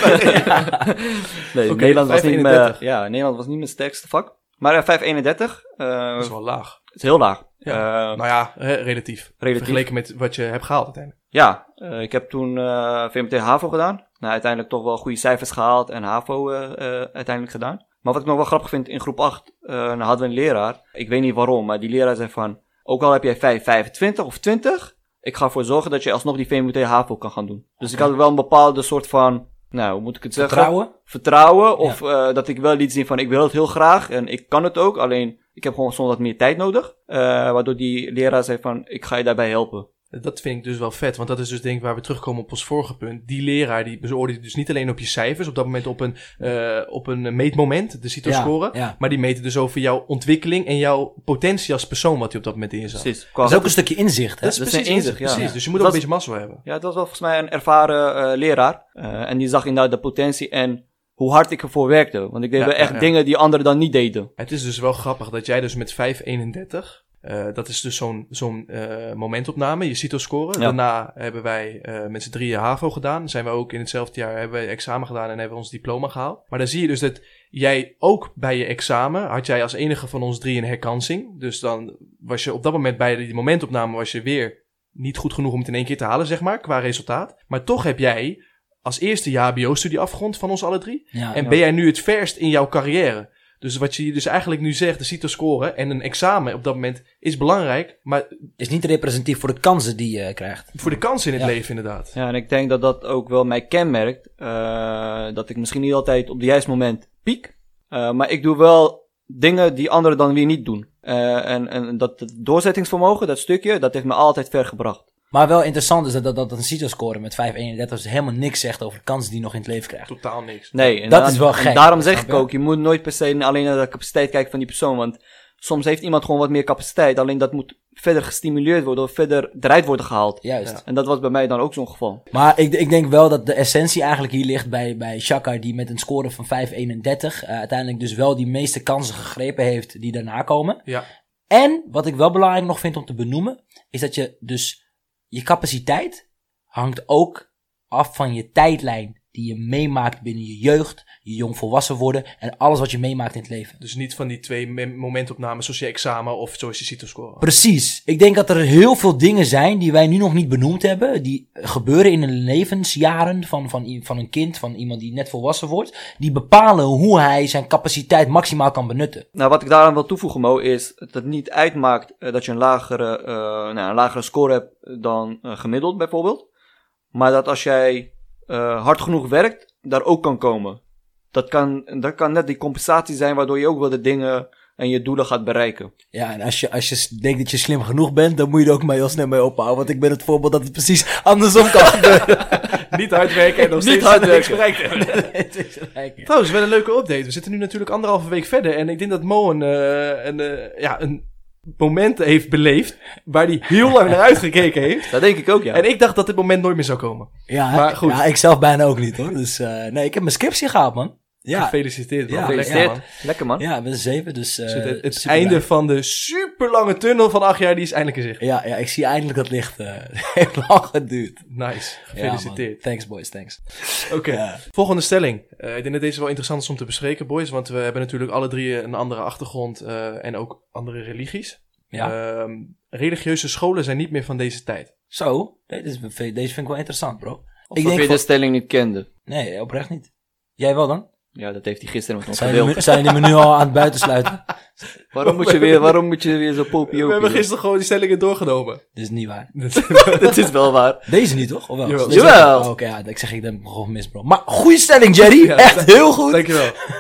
S1: Nee,
S2: Oké,
S1: Nederland, was
S2: vijf
S1: niet
S2: eenendertig.
S1: mijn, ja, Nederland was niet mijn sterkste vak. Maar uh, vijf komma eenendertig uh,
S2: Dat is wel laag.
S1: is heel laag.
S2: Ja.
S1: Uh,
S2: Nou ja, hè, relatief.
S1: relatief.
S2: Vergeleken met wat je hebt gehaald uiteindelijk.
S1: Ja, uh, ik heb toen uh, V M T HAVO gedaan. Nou, uiteindelijk toch wel goede cijfers gehaald en HAVO uh, uh, uiteindelijk gedaan. Maar wat ik nog wel grappig vind, in groep acht uh, nou hadden we een leraar. Ik weet niet waarom, maar die leraar zei van... Ook al heb jij vijf komma vijfentwintig of twintig... Ik ga ervoor zorgen dat je alsnog die V M T HAVO kan gaan doen. Dus ik had wel een bepaalde soort van... Nou, hoe moet ik het zeggen?
S3: Vertrouwen?
S1: Vertrouwen. Of uh, dat ik wel liet zien van ik wil het heel graag. En ik kan het ook. Alleen ik heb gewoon soms wat meer tijd nodig. Uh, waardoor die leraar zei van ik ga je daarbij helpen.
S2: Dat vind ik dus wel vet, want dat is dus denk ik waar we terugkomen op ons vorige punt. Die leraar die beoordeelt dus niet alleen op je cijfers, op dat moment op een, uh, op een meetmoment, de CITO-score.
S3: Ja, ja.
S2: Maar die meten dus over jouw ontwikkeling en jouw potentie als persoon wat hij op dat moment in zat.
S1: Precies.
S3: Dat is ook een stukje inzicht, hè?
S2: Dat is
S1: dat is
S2: precies
S1: een
S2: inzicht,
S1: inzicht, ja.
S2: precies. Dus je moet
S1: Dat
S2: ook een
S1: is-
S2: beetje mazzel hebben.
S1: Ja, dat was wel volgens mij een ervaren uh, leraar. Uh, en die zag inderdaad de potentie en hoe hard ik ervoor werkte. Want ik deed
S2: Ja,
S1: wel echt
S2: ja, ja.
S1: dingen die anderen dan niet deden.
S2: Het is dus wel grappig dat jij dus met vijf komma eenendertig... Uh, dat is dus zo'n zo'n uh, momentopname, je CITO-score.
S1: Ja.
S2: Daarna hebben wij uh, met z'n drieën HAVO gedaan. Zijn we ook in hetzelfde jaar hebben wij examen gedaan en hebben we ons diploma gehaald. Maar dan zie je dus dat jij ook bij je examen, had jij als enige van ons drie een herkansing. Dus dan was je op dat moment bij die momentopname was je weer niet goed genoeg om het in één keer te halen, zeg maar, qua resultaat. Maar toch heb jij als eerste je H B O-studie afgerond van ons alle drie.
S3: Ja.
S2: En
S1: Ja.
S2: ben jij nu het verst in jouw carrière? Dus wat je dus eigenlijk nu zegt, de CITO-score en een examen op dat moment is belangrijk, maar
S3: Is niet representatief voor de kansen die je krijgt.
S2: voor de kansen in het
S3: Ja.
S2: leven inderdaad.
S1: Ja, en ik denk dat dat ook wel mij kenmerkt. Uh, dat ik misschien niet altijd op het juiste moment piek. Uh, maar ik doe wel dingen die anderen dan weer niet doen. Uh, en, en dat het doorzettingsvermogen, dat stukje, dat heeft me altijd ver gebracht.
S3: Maar wel interessant is dat, dat, dat een CITO-score met vijf komma eenendertig dus helemaal niks zegt over de kansen die je nog in het leven krijgt.
S2: Totaal niks.
S1: Nee, en
S3: Dat
S1: dan-
S3: is wel
S1: en
S3: gek,
S1: daarom zeg
S3: snap
S1: ik
S3: je?
S1: ook, je moet nooit per se alleen naar de capaciteit kijken van die persoon. Want soms heeft iemand gewoon wat meer capaciteit. Alleen dat moet verder gestimuleerd worden of verder eruit worden gehaald.
S3: Juist.
S2: Ja.
S1: En dat was bij mij dan ook zo'n geval.
S3: Maar ik, ik denk wel dat de essentie eigenlijk hier ligt bij, bij Chakar, die met een score van vijf komma eenendertig uh, uiteindelijk dus wel die meeste kansen gegrepen heeft die daarna komen.
S2: Ja,
S3: En wat ik wel belangrijk nog vind om te benoemen, is dat je dus je capaciteit hangt ook af van je tijdlijn die je meemaakt binnen je jeugd, je jong volwassen worden en alles wat je meemaakt in het leven.
S2: dus niet van die twee me- momentopnames zoals je examen of zoals je CITO-score.
S3: Precies. Ik denk dat er heel veel dingen zijn die wij nu nog niet benoemd hebben, die gebeuren in een levensjaren van, van, i- van een kind, van iemand die net volwassen wordt, die bepalen hoe hij zijn capaciteit maximaal kan benutten.
S1: Nou, wat ik daaraan wil toevoegen, Mo, is dat het niet uitmaakt uh, dat je een lagere, uh, nou, een lagere score hebt dan uh, gemiddeld bijvoorbeeld. Maar dat als jij uh, hard genoeg werkt, daar ook kan komen. Dat kan, dat kan net die compensatie zijn waardoor je ook wel de dingen en je doelen gaat bereiken.
S3: Ja, en als je, als je denkt dat je slim genoeg bent, dan moet je er ook maar heel snel mee ophouden. Want ik ben het voorbeeld dat het precies andersom kan gebeuren.
S2: Niet hard werken en nog
S1: Niet
S2: steeds
S1: hard
S2: niks
S1: werken.
S2: bereikt hebben.
S3: Het is gelijk.
S2: Trouwens, wel een leuke update. We zitten nu natuurlijk anderhalve week verder. En ik denk dat Mo een, uh, een, uh, ja, een moment heeft beleefd waar hij heel lang naar uitgekeken heeft.
S1: Dat denk ik ook, ja.
S2: En ik dacht dat dit moment nooit meer zou komen.
S3: Ja,
S2: Maar goed.
S3: ja, ik zelf bijna ook niet hoor. Dus uh, nee, ik heb mijn scriptie gehaald, man. Ja,
S2: Gefeliciteerd, man.
S3: Ja,
S2: Lekker,
S1: Gefeliciteerd.
S2: man.
S1: Lekker, man.
S3: ja, ik ben zeven, dus uh,
S2: Dus het het
S3: super blij.
S2: einde van de super lange tunnel van acht jaar, die is eindelijk in zicht.
S3: Ja, ja, ik zie eindelijk dat licht. Uh, het heeft lang geduurd.
S2: Nice.
S3: Ja,
S2: Gefeliciteerd.
S3: man. Thanks boys, thanks.
S2: Oké,
S3: Ja.
S2: volgende stelling. Uh, ik denk dat deze wel interessant is om te bespreken, boys. Want we hebben natuurlijk alle drie een andere achtergrond uh, en ook andere religies.
S3: Ja.
S2: Um, religieuze scholen zijn niet meer van deze tijd.
S3: Zo, deze, deze vind ik wel interessant, bro.
S1: Of
S3: ik
S1: dat
S3: denk
S1: je
S3: van-
S1: de stelling niet kende.
S3: Nee, oprecht niet. Jij wel dan?
S1: Ja, dat heeft hij gisteren met ons
S3: Zijn jullie,
S1: gedeeld.
S3: zijn jullie me nu al aan het buitensluiten?
S1: Waarom moet je weer, waarom moet je weer zo
S2: We
S1: popiopie
S2: hebben
S1: doen?
S2: gisteren gewoon die stellingen doorgenomen.
S3: Dit is niet waar.
S1: Dat is wel waar.
S3: Deze niet, toch? Of wel?
S2: Jawel.
S3: Deze-
S1: Jawel.
S3: Oh, Oké, ja, ik zeg ik denk gewoon mis, bro. Maar goede stelling, Jerry.
S2: Ja,
S3: Echt heel goed.
S2: Dankjewel.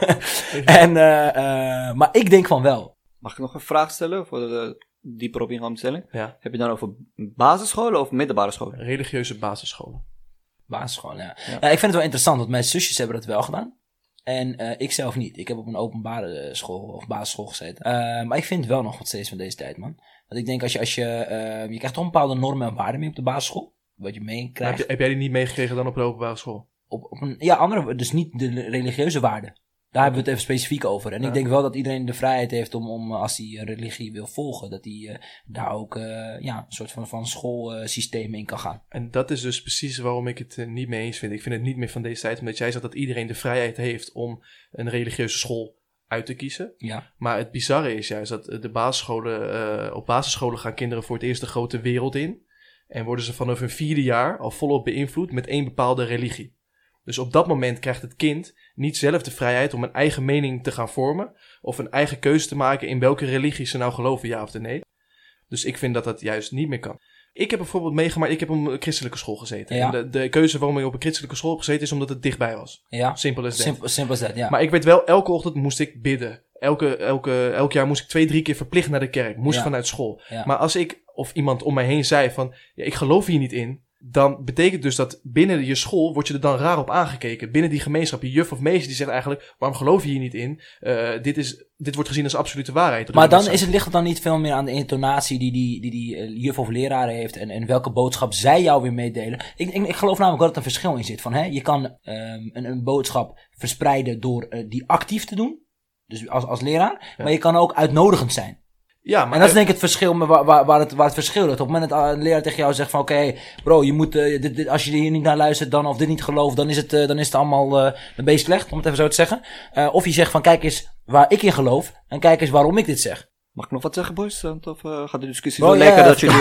S3: en, uh, uh, maar ik denk van wel.
S1: Mag ik nog een vraag stellen voor de dieper op ingaan stelling?
S2: Ja.
S1: Heb je dan over basisscholen of middelbare scholen?
S2: Religieuze basisscholen.
S3: Basisschool, ja.
S2: Ja.
S3: ja. Ik vind het wel interessant, want mijn zusjes hebben dat wel gedaan. En uh, ik zelf niet. Ik heb op een openbare school of basisschool gezeten. Uh, maar ik vind wel nog wat steeds van deze tijd, man. Want ik denk als je, als je, uh, je krijgt toch een bepaalde normen en waarden mee op de basisschool. Wat je meekrijgt.
S2: Heb, heb jij die niet meegekregen dan op de openbare school?
S3: Op, op een, ja, andere, dus niet de religieuze waarden. Daar hebben we het even specifiek over. En ja. ik denk wel dat iedereen de vrijheid heeft om, om als hij een religie wil volgen, dat hij uh, daar ook uh, ja, een soort van, van schoolsysteem uh, in kan gaan.
S2: En dat is dus precies waarom ik het uh, niet mee eens vind. Ik vind het niet meer van deze tijd, omdat jij zegt dat iedereen de vrijheid heeft om een religieuze school uit te kiezen.
S3: Ja.
S2: Maar het bizarre is juist dat de basisscholen, uh, op basisscholen gaan kinderen voor het eerst de grote wereld in. En worden ze vanaf hun vierde jaar al volop beïnvloed met één bepaalde religie. Dus op dat moment krijgt het kind niet zelf de vrijheid om een eigen mening te gaan vormen. Of een eigen keuze te maken in welke religie ze nou geloven, ja of nee. Dus ik vind dat dat juist niet meer kan. Ik heb bijvoorbeeld meegemaakt, ik heb op een christelijke school gezeten.
S3: Ja.
S2: En de, de keuze waarom ik op een christelijke school heb gezeten is omdat het dichtbij was.
S3: Ja.
S2: Simpel as that.
S3: Simpel, simpel as that, ja.
S2: Maar ik weet wel, elke ochtend moest ik bidden. Elke, elke, elk jaar moest ik twee, drie keer verplicht naar de kerk. Moest
S3: Ja.
S2: vanuit school.
S3: Ja.
S2: Maar als ik of iemand om mij heen zei van, ja, ik geloof hier niet in. Dan betekent dus dat binnen je school word je er dan raar op aangekeken. Binnen die gemeenschap, je juf of meester die zegt eigenlijk, waarom geloof je hier niet in? Uh, dit, is, dit wordt gezien als absolute waarheid.
S3: Maar dan is het, ligt het dan niet veel meer aan de intonatie die die, die, die uh, juf of leraar heeft en, en welke boodschap zij jou weer meedelen. Ik, ik, ik geloof namelijk dat er een verschil in zit. Van, hè, je kan um, een, een boodschap verspreiden door uh, die actief te doen. Dus als, als leraar. Ja. Maar je kan ook uitnodigend zijn.
S2: Ja, maar
S3: en dat is denk ik het verschil waar, waar, waar, het, waar het verschil ligt. Op het moment dat een leraar tegen jou zegt van oké, okay, bro, je moet, uh, dit, dit, als je hier niet naar luistert dan, of dit niet gelooft, dan is het, uh, dan is het allemaal, uh, dan ben je slecht, om het even zo te zeggen. Uh, of je zegt van kijk eens waar ik in geloof en kijk eens waarom ik dit zeg.
S1: Mag ik nog wat zeggen, boys? Of uh, gaat de discussie
S3: oh,
S1: zo
S3: ja.
S1: lekker dat jullie...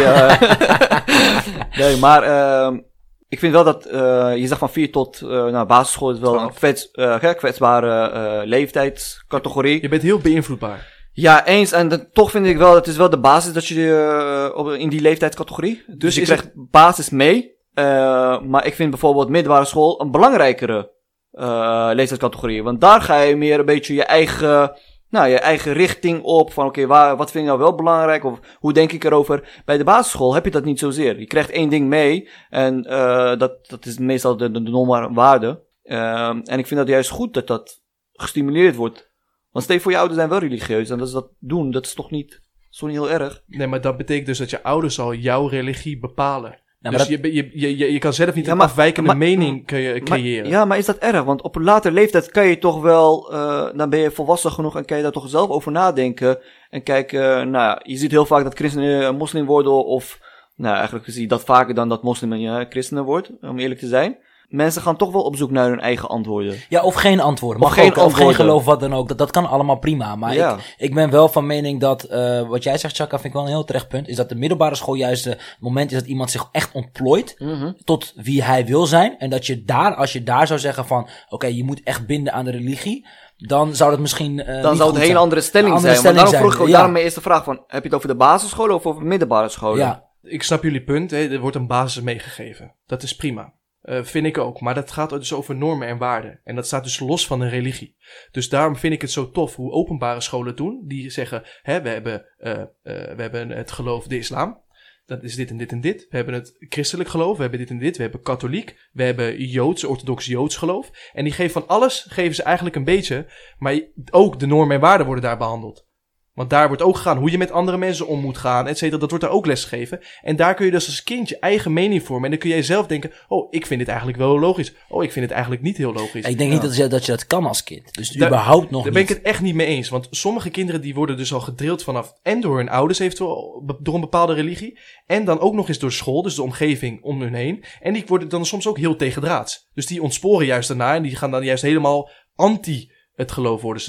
S1: Uh... nee, maar uh, ik vind wel dat, uh, je zegt van vier tot uh, nou, basisschool is wel een kwets, uh, kwetsbare uh, leeftijdscategorie.
S2: Je bent heel beïnvloedbaar.
S1: Ja, eens. En de, toch vind ik wel, het is wel de basis dat je uh, op, in die leeftijdscategorie. Dus, dus je krijgt het... basis mee. Uh, maar ik vind bijvoorbeeld middelbare school een belangrijkere uh, leeftijdscategorie. Want daar ga je meer een beetje je eigen, nou, je eigen richting op. Van oké, okay, wat vind ik nou wel belangrijk? Of hoe denk ik erover? Bij de basisschool heb je dat niet zozeer. Je krijgt één ding mee. En uh, dat, dat is meestal de, de, de normen waarde. Uh, en ik vind dat juist goed dat dat gestimuleerd wordt. Want stel je voor, je ouders zijn wel religieus en dat ze dat doen, dat is toch niet, is toch niet heel erg?
S2: Nee, maar dat betekent dus dat je ouders al jouw religie bepalen.
S3: Ja,
S2: dus
S3: dat...
S2: je, je, je, je, je kan zelf niet
S1: ja,
S2: een
S1: maar,
S2: afwijkende
S1: maar,
S2: mening kun je creëren.
S1: Maar, ja, maar is dat erg? Want op een latere leeftijd kan je toch wel, uh, dan ben je volwassen genoeg en kan je daar toch zelf over nadenken. En kijken, uh, nou je ziet heel vaak dat christenen moslim worden of, nou eigenlijk zie je dat vaker dan dat moslim ja, christenen wordt, om eerlijk te zijn. Mensen gaan toch wel op zoek naar hun eigen antwoorden.
S3: Ja, of geen antwoorden. Mag
S1: of, geen
S3: ook,
S1: antwoorden.
S3: of geen geloof, wat dan ook. Dat, dat kan allemaal prima. Maar
S1: ja.
S3: ik, ik ben wel van mening dat, uh, wat jij zegt, Chaka, vind ik wel een heel terecht punt. Is dat de middelbare school juist het moment is dat iemand zich echt ontplooit.
S1: Mm-hmm.
S3: Tot wie hij wil zijn. En dat je daar, als je daar zou zeggen van, oké, okay, je moet echt binden aan de religie. Dan zou dat misschien uh,
S1: Dan
S3: niet
S1: zou het een hele andere stelling
S3: andere
S1: zijn.
S3: stelling
S1: maar daarom vroeg ik ook
S3: ja.
S1: daarom mijn eerste vraag van, heb je het over de basisscholen of over de middelbare scholen?
S3: Ja.
S2: Ik snap jullie punt, hè? Er wordt een basis meegegeven. Dat is prima. Uh, vind ik ook. Maar dat gaat dus over normen en waarden. En dat staat dus los van een religie. Dus daarom vind ik het zo tof hoe openbare scholen het doen. Die zeggen, hè, we hebben, uh, uh, we hebben het geloof de islam. Dat is dit en dit en dit. We hebben het christelijk geloof. We hebben dit en dit. We hebben katholiek. We hebben joods, orthodox joods geloof. En die geven van alles, geven ze eigenlijk een beetje. Maar ook de normen en waarden worden daar behandeld. Want daar wordt ook gegaan hoe je met andere mensen om moet gaan, et cetera. Dat wordt daar ook lesgegeven. En daar kun je dus als kind je eigen mening vormen. En dan kun jij zelf denken, oh, ik vind dit eigenlijk wel logisch. Oh, ik vind het eigenlijk niet heel logisch.
S3: Ik denk
S2: ja.
S3: niet dat je, dat je dat kan als kind. Dus
S2: daar,
S3: überhaupt nog
S2: daar
S3: niet.
S2: ben ik het echt niet mee eens. Want sommige kinderen die worden dus al gedrild vanaf en door hun ouders eventueel, door een bepaalde religie. En dan ook nog eens door school, dus de omgeving om hun heen. En die worden dan soms ook heel tegendraads. Dus die ontsporen juist daarna en die gaan dan juist helemaal anti het geloof worden ze dan.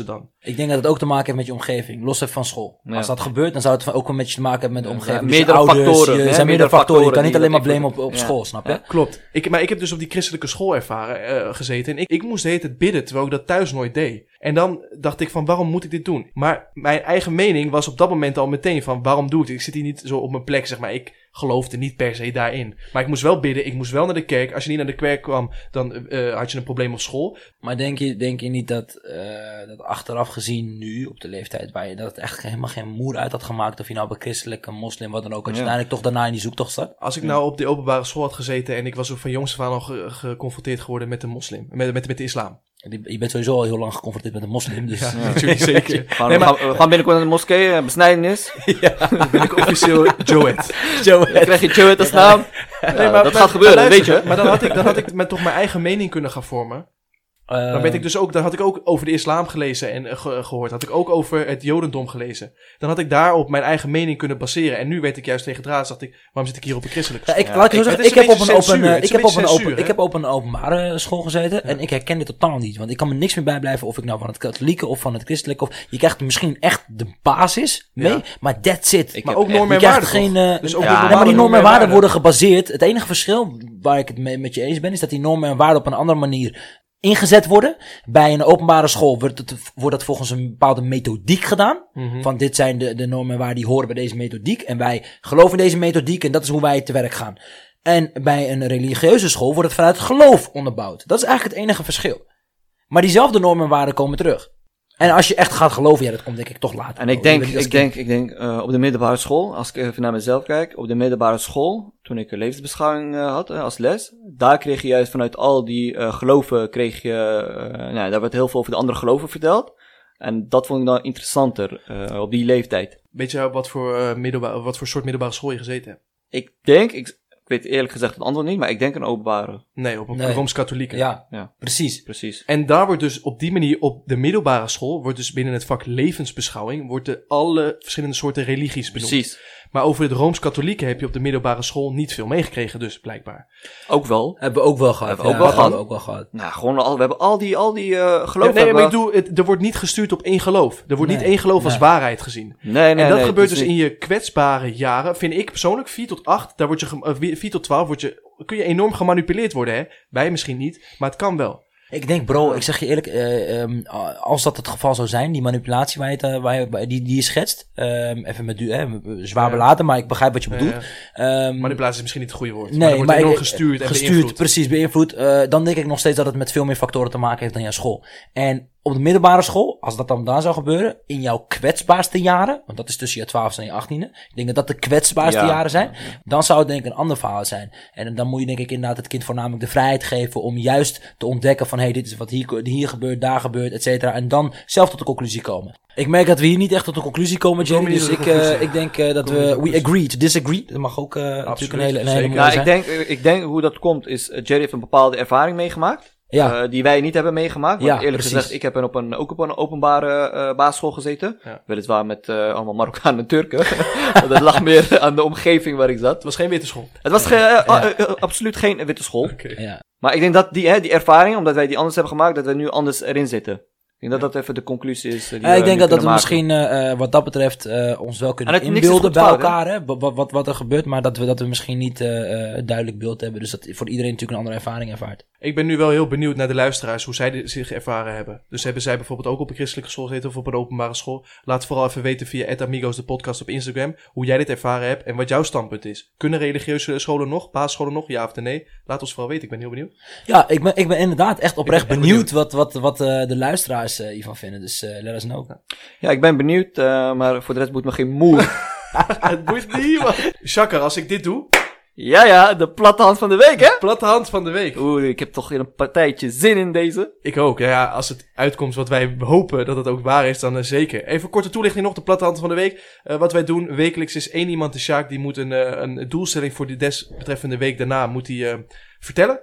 S3: Ik denk dat het ook te maken heeft met je omgeving, los even van school.
S1: Ja.
S3: Als dat gebeurt, dan zou het ook wel met je te maken hebben met de
S1: Ja,
S3: omgeving.
S1: ja,
S3: Dus je
S1: meerdere
S3: ouders,
S1: factoren,
S3: je-
S1: hè,
S3: Er zijn meerdere
S1: meerdere
S3: factoren. Je kan
S1: factoren
S3: niet alleen maar
S1: die
S3: blamen
S1: dat
S3: op, op
S1: invloeden.
S3: school,
S1: Ja.
S3: snap je?
S1: Ja.
S2: Klopt. Ik, maar ik heb dus op die christelijke school ervaren, eh, gezeten. En ik, ik moest de hele tijd bidden, terwijl ik dat thuis nooit deed. En dan dacht ik van, waarom moet ik dit doen? Maar mijn eigen mening was op dat moment al meteen van, waarom doe ik dit? Ik zit hier niet zo op mijn plek, zeg maar. Ik geloofde niet per se daarin. Maar ik moest wel bidden, ik moest wel naar de kerk. Als je niet naar de kerk kwam, dan eh, had je een probleem op school.
S3: Maar denk je, denk je niet dat, eh, dat achteraf gezien nu, op de leeftijd waar je dat het echt helemaal geen moer uit had gemaakt, of je nou op een christelijke moslim, wat dan ook, als je
S1: Ja.
S3: uiteindelijk toch daarna in die zoektocht staat?
S2: Als ik nou op de openbare school had gezeten en ik was ook van jongs af aan al ge- geconfronteerd geworden met de moslim, met, met, met de islam.
S3: Je je bent sowieso al heel lang geconfronteerd met een moslim, dus...
S2: Ja, natuurlijk zeker.
S1: Gaan,
S2: Nee,
S1: we,
S2: maar
S1: gaan, we gaan binnenkort naar de moskee, eh, besnijdenis.
S2: ben ik officieel Joet.
S3: Zo,
S1: Dan krijg je Joet als naam. Ja,
S2: Nee, maar-
S1: dat
S2: maar-
S1: gaat gebeuren,
S2: maar
S1: weet
S2: luister,
S1: je.
S2: Maar dan had ik, dan had ik met toch mijn eigen mening kunnen gaan vormen.
S3: eh,
S2: Dan weet ik dus ook, dan had ik ook over de islam gelezen en eh, ge- gehoord. Had ik ook over het jodendom gelezen. Dan had ik daarop mijn eigen mening kunnen baseren. En nu weet ik juist tegen draad, dacht ik, waarom zit ik hier op een christelijke
S3: Ja,
S2: school?
S3: ik, laat ik zo
S2: ik-
S3: zeggen,
S2: het
S3: ik
S2: is
S3: heb
S2: een
S3: op een
S2: beetje
S3: open,
S2: censuur.
S3: eh,
S2: Het is
S3: ik heb
S2: een
S3: op een
S2: beetje
S3: open,
S2: censuur,
S3: ik heb op een openbare school gezeten en ik herken dit totaal niet, want ik kan me niks meer bijblijven of ik nou van het katholieke of van het christelijke of je krijgt misschien echt de basis mee,
S2: Ja.
S3: maar that's it.
S1: Ik
S2: Maar
S1: heb
S2: ook
S1: echt-
S2: normen
S3: je
S2: en
S3: krijgt
S2: waarden
S3: geen,
S2: toch?
S3: eh,
S2: Dus ook
S1: ja,
S2: de
S1: ja,
S3: Ja,
S2: normale
S3: maar die normen en waarden
S2: waarden.
S3: worden gebaseerd. Het enige verschil waar ik het mee met je eens ben, is dat die normen en waarden op een andere manier ingezet worden. Bij een openbare school wordt het, wordt dat volgens een bepaalde methodiek gedaan.
S2: Mhm.
S3: Van dit zijn de, de normen en waarden die horen bij deze methodiek. En wij geloven in deze methodiek en dat is hoe wij te werk gaan. En bij een religieuze school wordt het vanuit geloof onderbouwd. Dat is eigenlijk het enige verschil. Maar diezelfde normen en waarden komen terug. En als je echt gaat geloven, ja, dat komt denk ik toch later.
S1: En ik
S3: Je
S1: denk,
S3: bent niet als
S1: ik
S3: kind.
S1: denk, ik denk uh, op de middelbare school, als ik even naar mezelf kijk, op de middelbare school, toen ik een levensbeschouwing uh, had uh, als les, daar kreeg je juist vanuit al die uh, geloven, kreeg je, uh, nou, daar werd heel veel over de andere geloven verteld. En dat vond ik dan interessanter uh, op die leeftijd.
S2: Weet je wat voor, uh, middelba- wat voor soort middelbare school je gezeten hebt?
S1: Ik denk, ik, ik weet eerlijk gezegd het antwoord niet, maar ik denk een openbare.
S2: Nee, op een
S3: Nee.
S2: Rooms-Katholieke.
S3: Ja,
S1: Ja.
S3: precies.
S1: Precies.
S2: En daar wordt dus op die manier, op de middelbare school, wordt dus binnen het vak levensbeschouwing, wordt de alle verschillende soorten religies benoemd.
S1: Precies.
S2: Maar over de Rooms-Katholieke heb je op de middelbare school niet veel meegekregen, dus blijkbaar.
S1: Ook wel.
S3: Hebben we ook wel gehad.
S1: Hebben we ook
S3: Ja,
S1: wel
S3: dat hebben
S1: gehad.
S3: we ook wel gehad.
S1: Nou, gewoon al, we hebben al die, al die uh, geloven.
S2: Ja, nee,
S1: hebben
S2: maar
S1: we-
S2: ik bedoel, het, er wordt niet gestuurd op één geloof. Er wordt
S3: Nee.
S2: niet één geloof als
S3: Nee.
S2: waarheid gezien.
S1: Nee, nee,
S2: en dat
S1: nee,
S2: gebeurt
S1: het
S2: dus
S1: is
S2: in
S1: niet-
S2: je kwetsbare jaren, vind ik persoonlijk, vier tot acht, daar word je, gem- uh, vier tot twaalf, word je, kun je enorm gemanipuleerd worden, hè? Wij misschien niet, maar het kan wel.
S3: Ik denk, bro, ik zeg je eerlijk, eh, ehm, als dat het geval zou zijn, die manipulatie waar je, het, eh, waar je, die, die je schetst, ehm, even met du, hè, zwaar
S2: Ja.
S3: belaten, maar ik begrijp wat je
S2: Uh,
S3: bedoelt. Ehm,
S2: manipulatie is misschien niet het goede woord. maar
S3: nee,
S2: er wordt
S3: maar
S2: enorm
S3: ik-
S2: gestuurd en
S3: gestuurd,
S2: beïnvloed.
S3: precies, beïnvloed. Eh, dan denk ik nog steeds dat het met veel meer factoren te maken heeft dan jouw school. En op de middelbare school, als dat dan daar zou gebeuren, in jouw kwetsbaarste jaren, want dat is tussen je twaalfde en je achttiende, ik denk dat dat de kwetsbaarste
S1: Ja.
S3: jaren zijn, dan zou het denk ik een ander verhaal zijn. En dan moet je denk ik inderdaad het kind voornamelijk de vrijheid geven om juist te ontdekken van, hé, hey, dit is wat hier, hier gebeurt, daar gebeurt, et cetera. En dan zelf tot de conclusie komen. Ik merk dat we hier niet echt tot de conclusie komen, Jerry,
S2: komen niet
S3: dus
S2: tot
S1: eh,
S3: ik,
S2: de
S3: uh,
S2: conclusie.
S3: ik denk uh, dat
S2: Komen niet
S3: we,
S2: tot de
S3: we
S2: conclusie.
S3: agree to disagree. Dat mag ook uh, natuurlijk een hele, een hele
S2: zeker.
S3: mooie
S1: Nou,
S3: zijn.
S1: ik denk, ik denk hoe dat komt is, uh, Jerry heeft een bepaalde ervaring meegemaakt.
S3: Ja.
S1: Uh, die wij niet hebben meegemaakt. Want
S3: Ja,
S1: eerlijk
S3: precies.
S1: gezegd, ik heb op een, ook op een openbare uh, basisschool gezeten.
S2: Ja.
S1: Weliswaar met uh, allemaal Marokkanen en Turken. Want dat lag meer aan de omgeving waar ik zat.
S2: Het was geen witte school.
S1: Het was ge- uh,
S3: Ja.
S1: uh, uh, absoluut geen witte school.
S2: Oké.
S3: Ja.
S1: Maar ik denk dat die, hè, die ervaring, omdat wij die anders hebben gemaakt, dat we nu anders erin zitten. Ik denk dat dat even de conclusie is. uh, Die
S3: Uh,
S1: we
S3: ik denk
S1: nu
S3: dat, dat we
S1: kunnen maken.
S3: misschien uh, wat dat betreft uh, ons wel kunnen
S1: En het- niks is
S3: inbeelden
S1: goed
S3: bij
S1: fout, hè?
S3: elkaar, hè? Wat, wat, wat er gebeurt, maar dat we, dat we misschien niet uh, uh, een duidelijk beeld hebben. Dus dat voor iedereen natuurlijk een andere ervaring ervaart.
S2: Ik ben nu wel heel benieuwd naar de luisteraars, hoe zij de- zich ervaren hebben. Dus hebben zij bijvoorbeeld ook op een christelijke school gezeten of op een openbare school? Laat vooral even weten via at amigos de podcast op Instagram hoe jij dit ervaren hebt en wat jouw standpunt is. Kunnen religieuze scholen nog, basisscholen nog, ja of nee? Laat ons vooral weten, ik ben heel benieuwd.
S3: Ja, ik ben, ik ben inderdaad echt oprecht
S2: echt
S3: benieuwd, wat, wat, wat uh, de luisteraars uh, hiervan vinden. Dus uh, let us know.
S1: Ja, ik ben benieuwd, uh, maar voor de rest moet me geen moer.
S2: Het boeit niet, man. Shakar, als ik dit doe,
S1: Ja, ja, de platte hand van de week, hè?
S2: platte hand van de week.
S1: Oeh, ik heb toch weer een partijtje zin in deze.
S2: Ik ook. Ja, ja, als het uitkomt wat wij hopen dat het ook waar is, dan uh, zeker. Even een korte toelichting nog, de platte hand van de week. Uh, wat wij doen, wekelijks is één iemand de Sjaak, die moet een, uh, een doelstelling voor de desbetreffende week daarna moet hij uh, vertellen.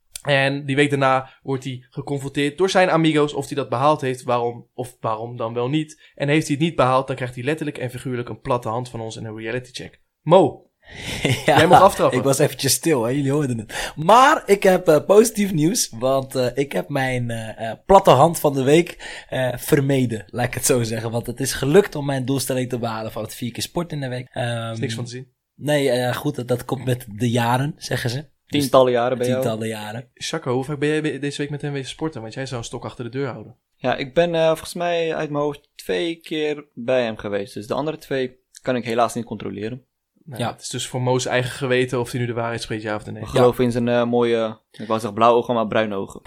S2: En die week daarna wordt hij geconfronteerd door zijn amigo's of hij dat behaald heeft, waarom of waarom dan wel niet. En heeft hij het niet behaald, dan krijgt hij letterlijk en figuurlijk een platte hand van ons en een reality check. Mo,
S3: Ja,
S2: Jij mag aftrappen.
S3: Ik was eventjes stil, hè? Jullie hoorden het. Maar ik heb uh, positief nieuws, want uh, ik heb mijn uh, uh, platte hand van de week uh, vermeden, laat ik het zo zeggen. Want het is gelukt om mijn doelstelling te behalen van het vier keer sport in de week. Um,
S2: Er is niks van te zien.
S3: Nee, uh, goed, dat, dat komt met de jaren, zeggen ze.
S1: Tientallen jaren bij jou.
S3: Tientallen jaren.
S2: Chaka, hoe vaak ben jij deze week met hem wezen sporten? Want jij zou een stok achter de deur houden.
S1: Ja, ik ben uh, volgens mij uit mijn hoofd twee keer bij hem geweest. Dus de andere twee kan ik helaas niet controleren.
S2: Nou,
S3: Ja.
S2: Het is dus voor Mo's eigen geweten of hij nu de waarheid spreekt, ja of nee.
S1: We
S2: Oké,
S1: geloven in zijn uh, mooie, ik wou zeggen blauwe ogen, maar bruine ogen.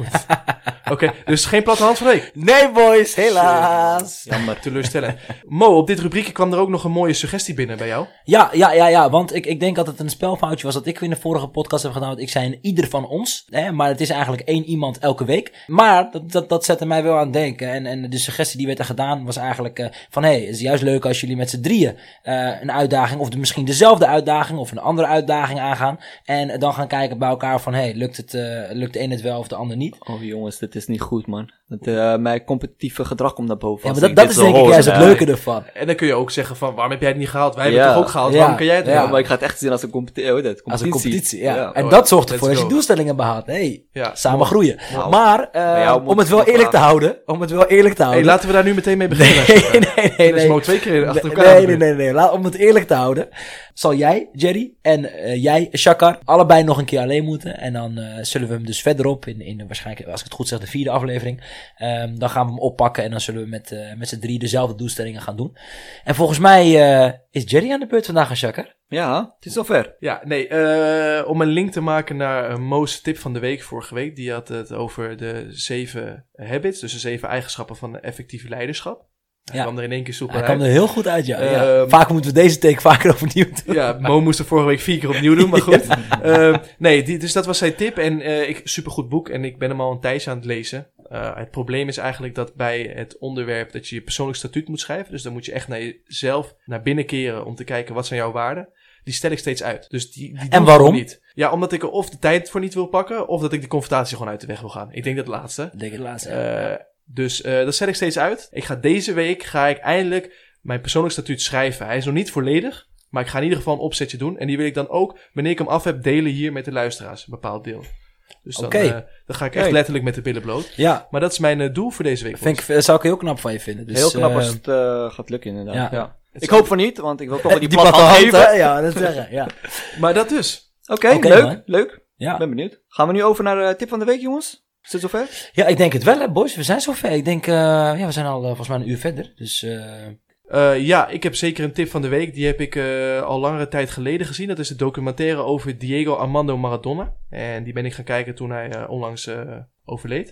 S2: okay, dus geen platte hand van de week.
S3: Nee, boys, helaas.
S2: Jammer, teleurstellend. Mo, op dit rubriekje kwam er ook nog een mooie suggestie binnen bij jou.
S3: Ja, ja, ja, ja, want ik, ik denk dat het een spelfoutje was dat ik in de vorige podcast heb gedaan. Want ik zei in ieder van ons, hè, maar het is eigenlijk één iemand elke week. Maar dat, dat, dat zette mij wel aan het denken. En, en de suggestie die werd er gedaan was eigenlijk uh, van, hé, hey, het is juist leuk als jullie met z'n drieën uh, een uitdaging, of de, misschien dezelfde uitdaging of een andere uitdaging aangaan. En dan gaan kijken bij elkaar van, hé, hey, lukt het, uh, lukt de een het wel of de ander niet?
S1: Oh jongens, dit is niet goed man. Het, uh, mijn competitieve gedrag komt naar boven.
S3: Ja,
S1: als
S3: maar dat,
S1: ik
S3: dat
S1: dit
S3: is
S1: zo
S3: denk ik
S1: hoor.
S3: juist het
S1: Ja.
S3: leuke ervan.
S2: En dan kun je ook zeggen van, waarom heb jij het niet gehaald? Wij hebben
S1: Ja.
S2: het toch ook gehaald,
S3: Ja.
S2: waarom kan jij het
S3: Ja.
S2: wel?
S1: Ja, maar ik ga het echt zien als een competi- oh, dat, competitie.
S3: Als een competitie, ja.
S1: Ja.
S3: En
S2: oh,
S3: dat zorgt
S2: let's
S3: ervoor dat je
S2: go.
S3: doelstellingen behaalt. Hey,
S2: Ja.
S3: samen groeien.
S1: Nou,
S3: maar, uh,
S1: jou moet
S3: om het
S1: ik
S3: wel
S1: nog
S3: eerlijk te
S1: vragen.
S3: houden, om het wel eerlijk te
S2: Hey,
S3: houden.
S2: laten we daar nu meteen mee beginnen.
S3: Nee, nee, nee,
S2: Dat is
S3: nee.
S2: Mo twee keer achter
S3: Nee,
S2: elkaar.
S3: nee, nee, nee, nee. Laat, om het eerlijk te houden, zal jij, Jerry, en uh, jij, Shakar, allebei nog een keer alleen moeten. En dan uh, zullen we hem dus verderop, in, in de, waarschijnlijk, als ik het goed zeg, de vierde aflevering, um, dan gaan we hem oppakken en dan zullen we met, uh, met z'n drie dezelfde doelstellingen gaan doen. En volgens mij uh, is Jerry aan de beurt vandaag, Shakar.
S1: Ja, het is zover.
S2: Ja, nee, uh, om een link te maken naar uh, Mo's tip van de week vorige week. Die had het over de zeven habits, dus de zeven eigenschappen van effectief leiderschap. Hij
S3: Ja.
S2: kwam er in één keer soepel
S3: Hij
S2: uit.
S3: kwam er heel goed uit, ja. ja.
S2: Ehm,
S3: Vaak moeten we deze take vaker overnieuw doen.
S2: Ja, Mo moest er vorige week vier keer opnieuw doen, maar goed. uh, nee, die, dus dat was zijn tip. En uh, ik, supergoed boek en ik ben hem al een tijdje aan het lezen. Uh, het probleem is eigenlijk dat bij het onderwerp dat je je persoonlijk statuut moet schrijven. Dus dan moet je echt naar jezelf naar binnen keren om te kijken wat zijn jouw waarden. Die stel ik steeds uit. Dus die, die doe
S3: En
S2: ik
S3: waarom?
S2: gewoon niet. Ja, omdat ik er of de tijd voor niet wil pakken, of dat ik de confrontatie gewoon uit de weg wil gaan. Ik denk dat het laatste.
S3: Ik denk het laatste.
S2: Uh, dus uh, dat zet ik steeds uit. Ik ga deze week, ga ik eindelijk mijn persoonlijk statuut schrijven. Hij is nog niet volledig, maar ik ga in ieder geval een opzetje doen. En die wil ik dan ook, wanneer ik hem af heb, delen hier met de luisteraars. Een bepaald deel. Dus dan,
S3: Oké.
S2: uh, dan ga ik echt
S1: Kijk.
S2: letterlijk met de billen bloot.
S3: Ja,
S2: Maar dat is mijn uh, doel voor deze week.
S3: vind ik, uh, zou ik heel knap van je vinden. Dus,
S1: Heel knap
S3: uh,
S1: als het uh, gaat lukken inderdaad.
S3: ja.
S1: Ja.
S2: Het
S1: Ik
S2: is-
S1: hoop van niet, want ik wil toch wel
S3: die,
S1: die,
S3: die
S1: platte
S3: platte
S1: hand
S3: hand,
S1: geven.
S3: hè? Ja, dat zeggen, ja.
S2: Maar dat dus.
S1: Oké,
S3: Oké,
S1: leuk,
S3: man.
S1: leuk.
S3: Ja.
S1: Ben benieuwd. Gaan we nu over naar de tip van de week, jongens? Is het zover?
S3: Ja, ik denk het wel, hè, boys. We zijn zover. Ik denk, uh, ja, we zijn al uh, volgens mij een uur verder. Dus, uh,
S2: Uh, ja, ik heb zeker een tip van de week. Die heb ik uh, al langere tijd geleden gezien. Dat is de documentaire over Diego Armando Maradona. En die ben ik gaan kijken toen hij uh, onlangs uh, overleed.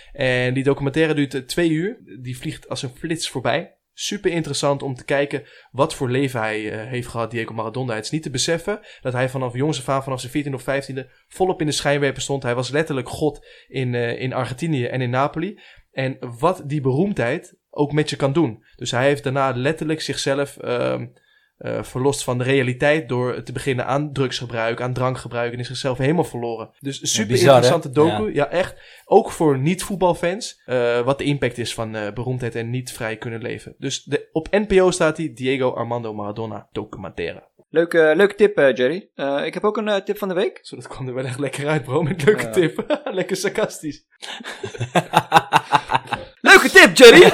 S2: En die documentaire duurt uh, twee uur. Die vliegt als een flits voorbij. Super interessant om te kijken wat voor leven hij uh, heeft gehad, Diego Maradona. Het is niet te beseffen dat hij vanaf jongs af aan, vanaf zijn veertiende of vijftiende, volop in de schijnwerper stond. Hij was letterlijk God in, uh, in Argentinië en in Napoli. En wat die beroemdheid ook met je kan doen. Dus hij heeft daarna letterlijk zichzelf uh, uh, verlost van de realiteit door te beginnen aan drugsgebruik, aan drankgebruik en is zichzelf helemaal verloren. Dus een super
S3: bizar,
S2: interessante
S3: hè?
S2: docu.
S3: Ja.
S2: Ja. echt. Ook voor niet-voetbalfans. Uh, wat de impact is van uh, beroemdheid en niet vrij kunnen leven. Dus de, op N P O staat die Diego Armando Maradona documentaire.
S1: Leuke, leuke tip, uh, Jerry. Uh, ik heb ook een uh, tip van de week.
S2: Zo, dat kwam er wel echt lekker uit, bro. Met leuke
S1: Ja.
S2: tip. Lekker sarcastisch.
S1: Leuke tip, Jerry!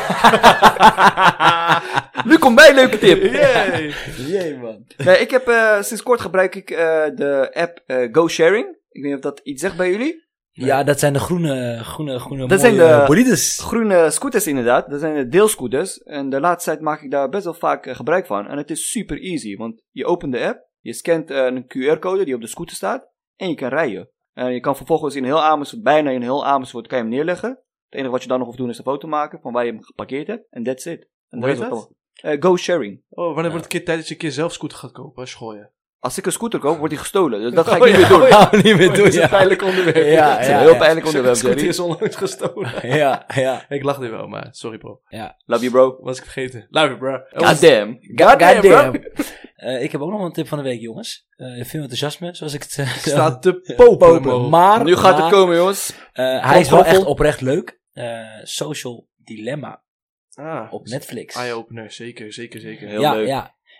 S1: nu komt bij leuke tip.
S2: Yay!
S3: jee, man.
S1: Nee, ik heb uh, sinds kort gebruik ik uh, de app uh, GoSharing. Ik weet niet of dat iets zegt bij jullie.
S3: Ja, dat zijn de groene, groene, groene
S1: Dat
S3: mooie
S1: zijn de-
S3: bolides.
S1: Groene scooters inderdaad, dat zijn de deelscooters. En de laatste tijd maak ik daar best wel vaak uh, gebruik van. En het is super easy, want je opent de app, je scant uh, een Q R-code die op de scooter staat en je kan rijden. En je kan vervolgens in heel Amersfoort, bijna in heel Amersfoort, kan je hem neerleggen. Het enige wat je dan nog hoeft te doen is een foto maken van waar je hem geparkeerd hebt. En that's it. En
S2: Hoe
S1: dat
S2: heet
S1: is
S2: dat?
S1: Uh, GoSharing.
S2: Oh, wanneer wordt het een keer tijd dat je een keer zelf scooter gaat kopen? Schooien.
S1: Als ik een scooter koop, wordt die gestolen. Dus dat ga ik
S2: Oh,
S1: niet
S2: ja,
S1: meer doen.
S2: oh, ja.
S3: Nou, niet meer
S2: Dat
S3: doen,
S2: is een
S3: ja.
S2: pijnlijk onderwerp.
S3: Ja,
S1: Het is
S3: ja,
S1: een heel
S3: ja.
S1: pijnlijk onderwerp,
S2: Scooter
S1: Jerry.
S2: is onlangs gestolen.
S3: Ja, ja,
S2: Ik lach nu wel, maar sorry bro.
S3: ja.
S1: Love you, bro.
S2: Was ik vergeten. Love you, bro.
S1: God damn.
S3: Goddamn,
S2: bro.
S3: Uh, ik heb ook nog een tip van de week, jongens. Uh, veel enthousiasme, zoals ik het uh,
S2: Ik sta te popelen, man.
S3: Maar,
S1: Nu gaat het
S3: maar,
S1: komen, jongens.
S3: Uh, hij is wel
S1: Tromgeroffel.
S3: echt oprecht leuk. Uh, Social Dilemma
S2: Ah,
S3: op Netflix.
S2: eye-opener. Zeker, zeker, zeker.
S1: Heel
S3: ja,
S1: leuk.
S3: ja.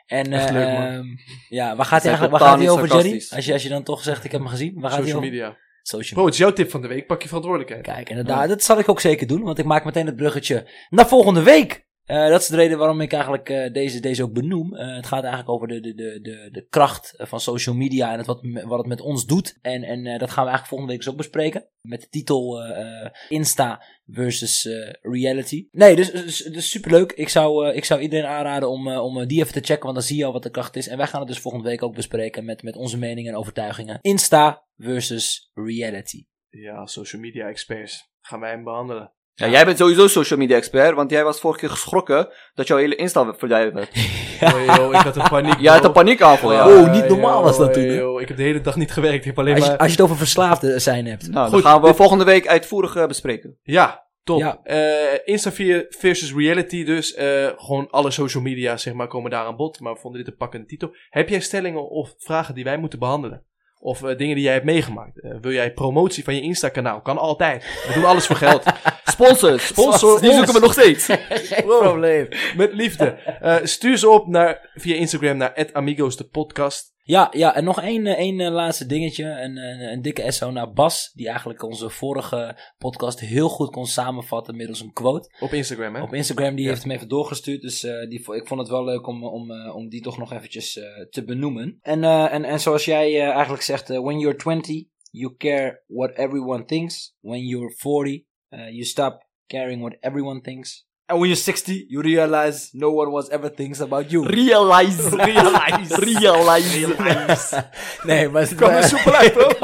S3: En
S2: Echt leuk, man.
S3: uh, ja, waar gaat hij
S1: zijn
S3: eigenlijk, waar
S1: totaal
S3: gaat hij
S1: niet
S3: over, Jerry?
S1: sarcastisch.
S3: Als je, als je dan toch zegt, ik heb hem gezien. Waar gaat
S2: Social
S3: hij over?
S2: media.
S3: Social
S2: Bro, het is jouw tip van de week. Pak je verantwoordelijkheid.
S3: Kijk, inderdaad, dat zal ik ook zeker doen, want ik maak meteen het bruggetje naar volgende week. Uh, dat is de reden waarom ik eigenlijk uh, deze, deze ook benoem. Uh, het gaat eigenlijk over de, de, de, de, de kracht van social media en het, wat, wat het met ons doet. En, en uh, dat gaan we eigenlijk volgende week dus ook bespreken. Met de titel uh, uh, Insta versus uh, reality. Nee, dus, dus, dus superleuk. Ik zou, uh, ik zou iedereen aanraden om, uh, om uh, die even te checken, want dan zie je al wat de kracht is. En wij gaan het dus volgende week ook bespreken met, met onze meningen en overtuigingen. Insta versus reality.
S2: Ja, als social media experts gaan wij hem behandelen.
S1: Ja, jij bent sowieso social media expert, want jij was vorige keer geschrokken dat jouw hele Insta verdwijnd werd.
S2: Oh, yo, ik had een paniek.
S1: Jij had een paniekaanval, ja.
S3: Oh, niet normaal was dat toen, hè?
S2: Yo, ik heb de hele dag niet gewerkt. Ik heb alleen
S3: Als je,
S2: maar...
S3: als je het over verslaafde zijn hebt.
S1: Nou,
S2: Goed,
S1: dan gaan we
S2: dit-
S1: volgende week uitvoerig uh, bespreken.
S2: Ja, top.
S3: Ja.
S2: Eh, Insta versus reality dus. eh, gewoon alle social media, zeg maar, komen daar aan bod. Maar we vonden dit een pakkende titel. Heb jij stellingen of vragen die wij moeten behandelen? Of uh, dingen die jij hebt meegemaakt? Uh, wil jij promotie van je Insta-kanaal? Kan altijd. We doen alles voor geld.
S1: Sponsors,
S2: Sponsor
S1: die
S2: ons.
S1: zoeken we nog steeds.
S3: Geen
S2: Wow.
S3: probleem.
S2: Met liefde. Uh, stuur ze op naar, via Instagram naar at amigos de podcast.
S3: Ja, ja, en nog één, eh, één eh, laatste dingetje. Een, een, een dikke S O naar Bas, die eigenlijk onze vorige podcast heel goed kon samenvatten middels een quote.
S2: Op Instagram, hè?
S3: Op Instagram, die
S2: Ja.
S3: heeft hem even doorgestuurd. Dus uh, die, vo- ik vond het wel leuk om, om, uh, om die toch nog eventjes uh, te benoemen. En, uh, en, en zoals jij uh, eigenlijk zegt, uh, when you're twenty, you care what everyone thinks. When you're forty, uh, you stop caring what everyone thinks. And when you're sixty, you realize no one was ever thinks about you.
S1: Realize, realize, realize.
S3: Nee, maar...
S2: Kwam er soepel uit, hoor.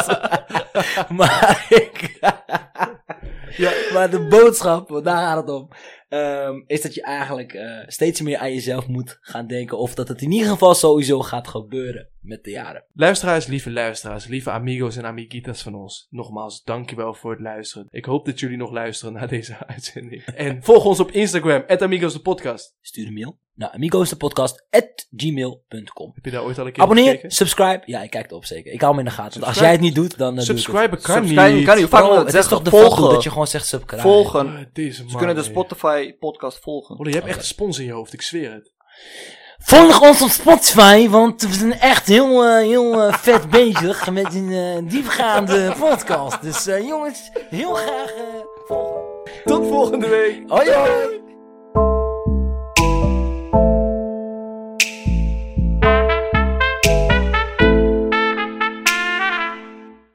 S3: maar ik...
S2: Ja.
S3: Maar de boodschap, want daar gaat het om, um, is dat je eigenlijk uh, steeds meer aan jezelf moet gaan denken. Of dat het in ieder geval sowieso gaat gebeuren met de jaren.
S2: Luisteraars, lieve luisteraars, lieve amigos en amiguitas van ons. Nogmaals, dankjewel voor het luisteren. Ik hoop dat jullie nog luisteren naar deze uitzending. En volg ons op Instagram, at amigos de podcast.
S3: Stuur een mail naar amigosdepodcast at gmail dot com.
S2: Heb je daar ooit al een keer
S3: Abonneer,
S2: gekeken?
S3: subscribe. Ja, ik kijk erop zeker. Ik hou hem in de gaten. Want als
S2: Subscribe-
S3: jij het niet doet, dan uh, doe ik
S2: Subscriben kan
S1: Subscribe
S2: niet.
S1: kan niet.
S3: het.
S1: Vaak
S3: Bro,
S1: moet
S3: het
S1: het
S3: is toch de
S1: zeggen,
S3: volgen
S1: volgen.
S3: dat je gewoon zegt subscribe.
S1: Volgen.
S2: Ah, deze man.
S1: Ze kunnen de
S2: hey.
S1: Spotify podcast volgen.
S2: Broer, je hebt
S3: Oké.
S2: echt een spons in je hoofd, ik zweer het.
S3: Volg ons op Spotify, want we zijn echt heel, uh, heel uh, vet bezig met een uh, diepgaande podcast. Dus uh, jongens, heel graag uh, volgen.
S2: Tot volgende week.
S3: Hoi hoi!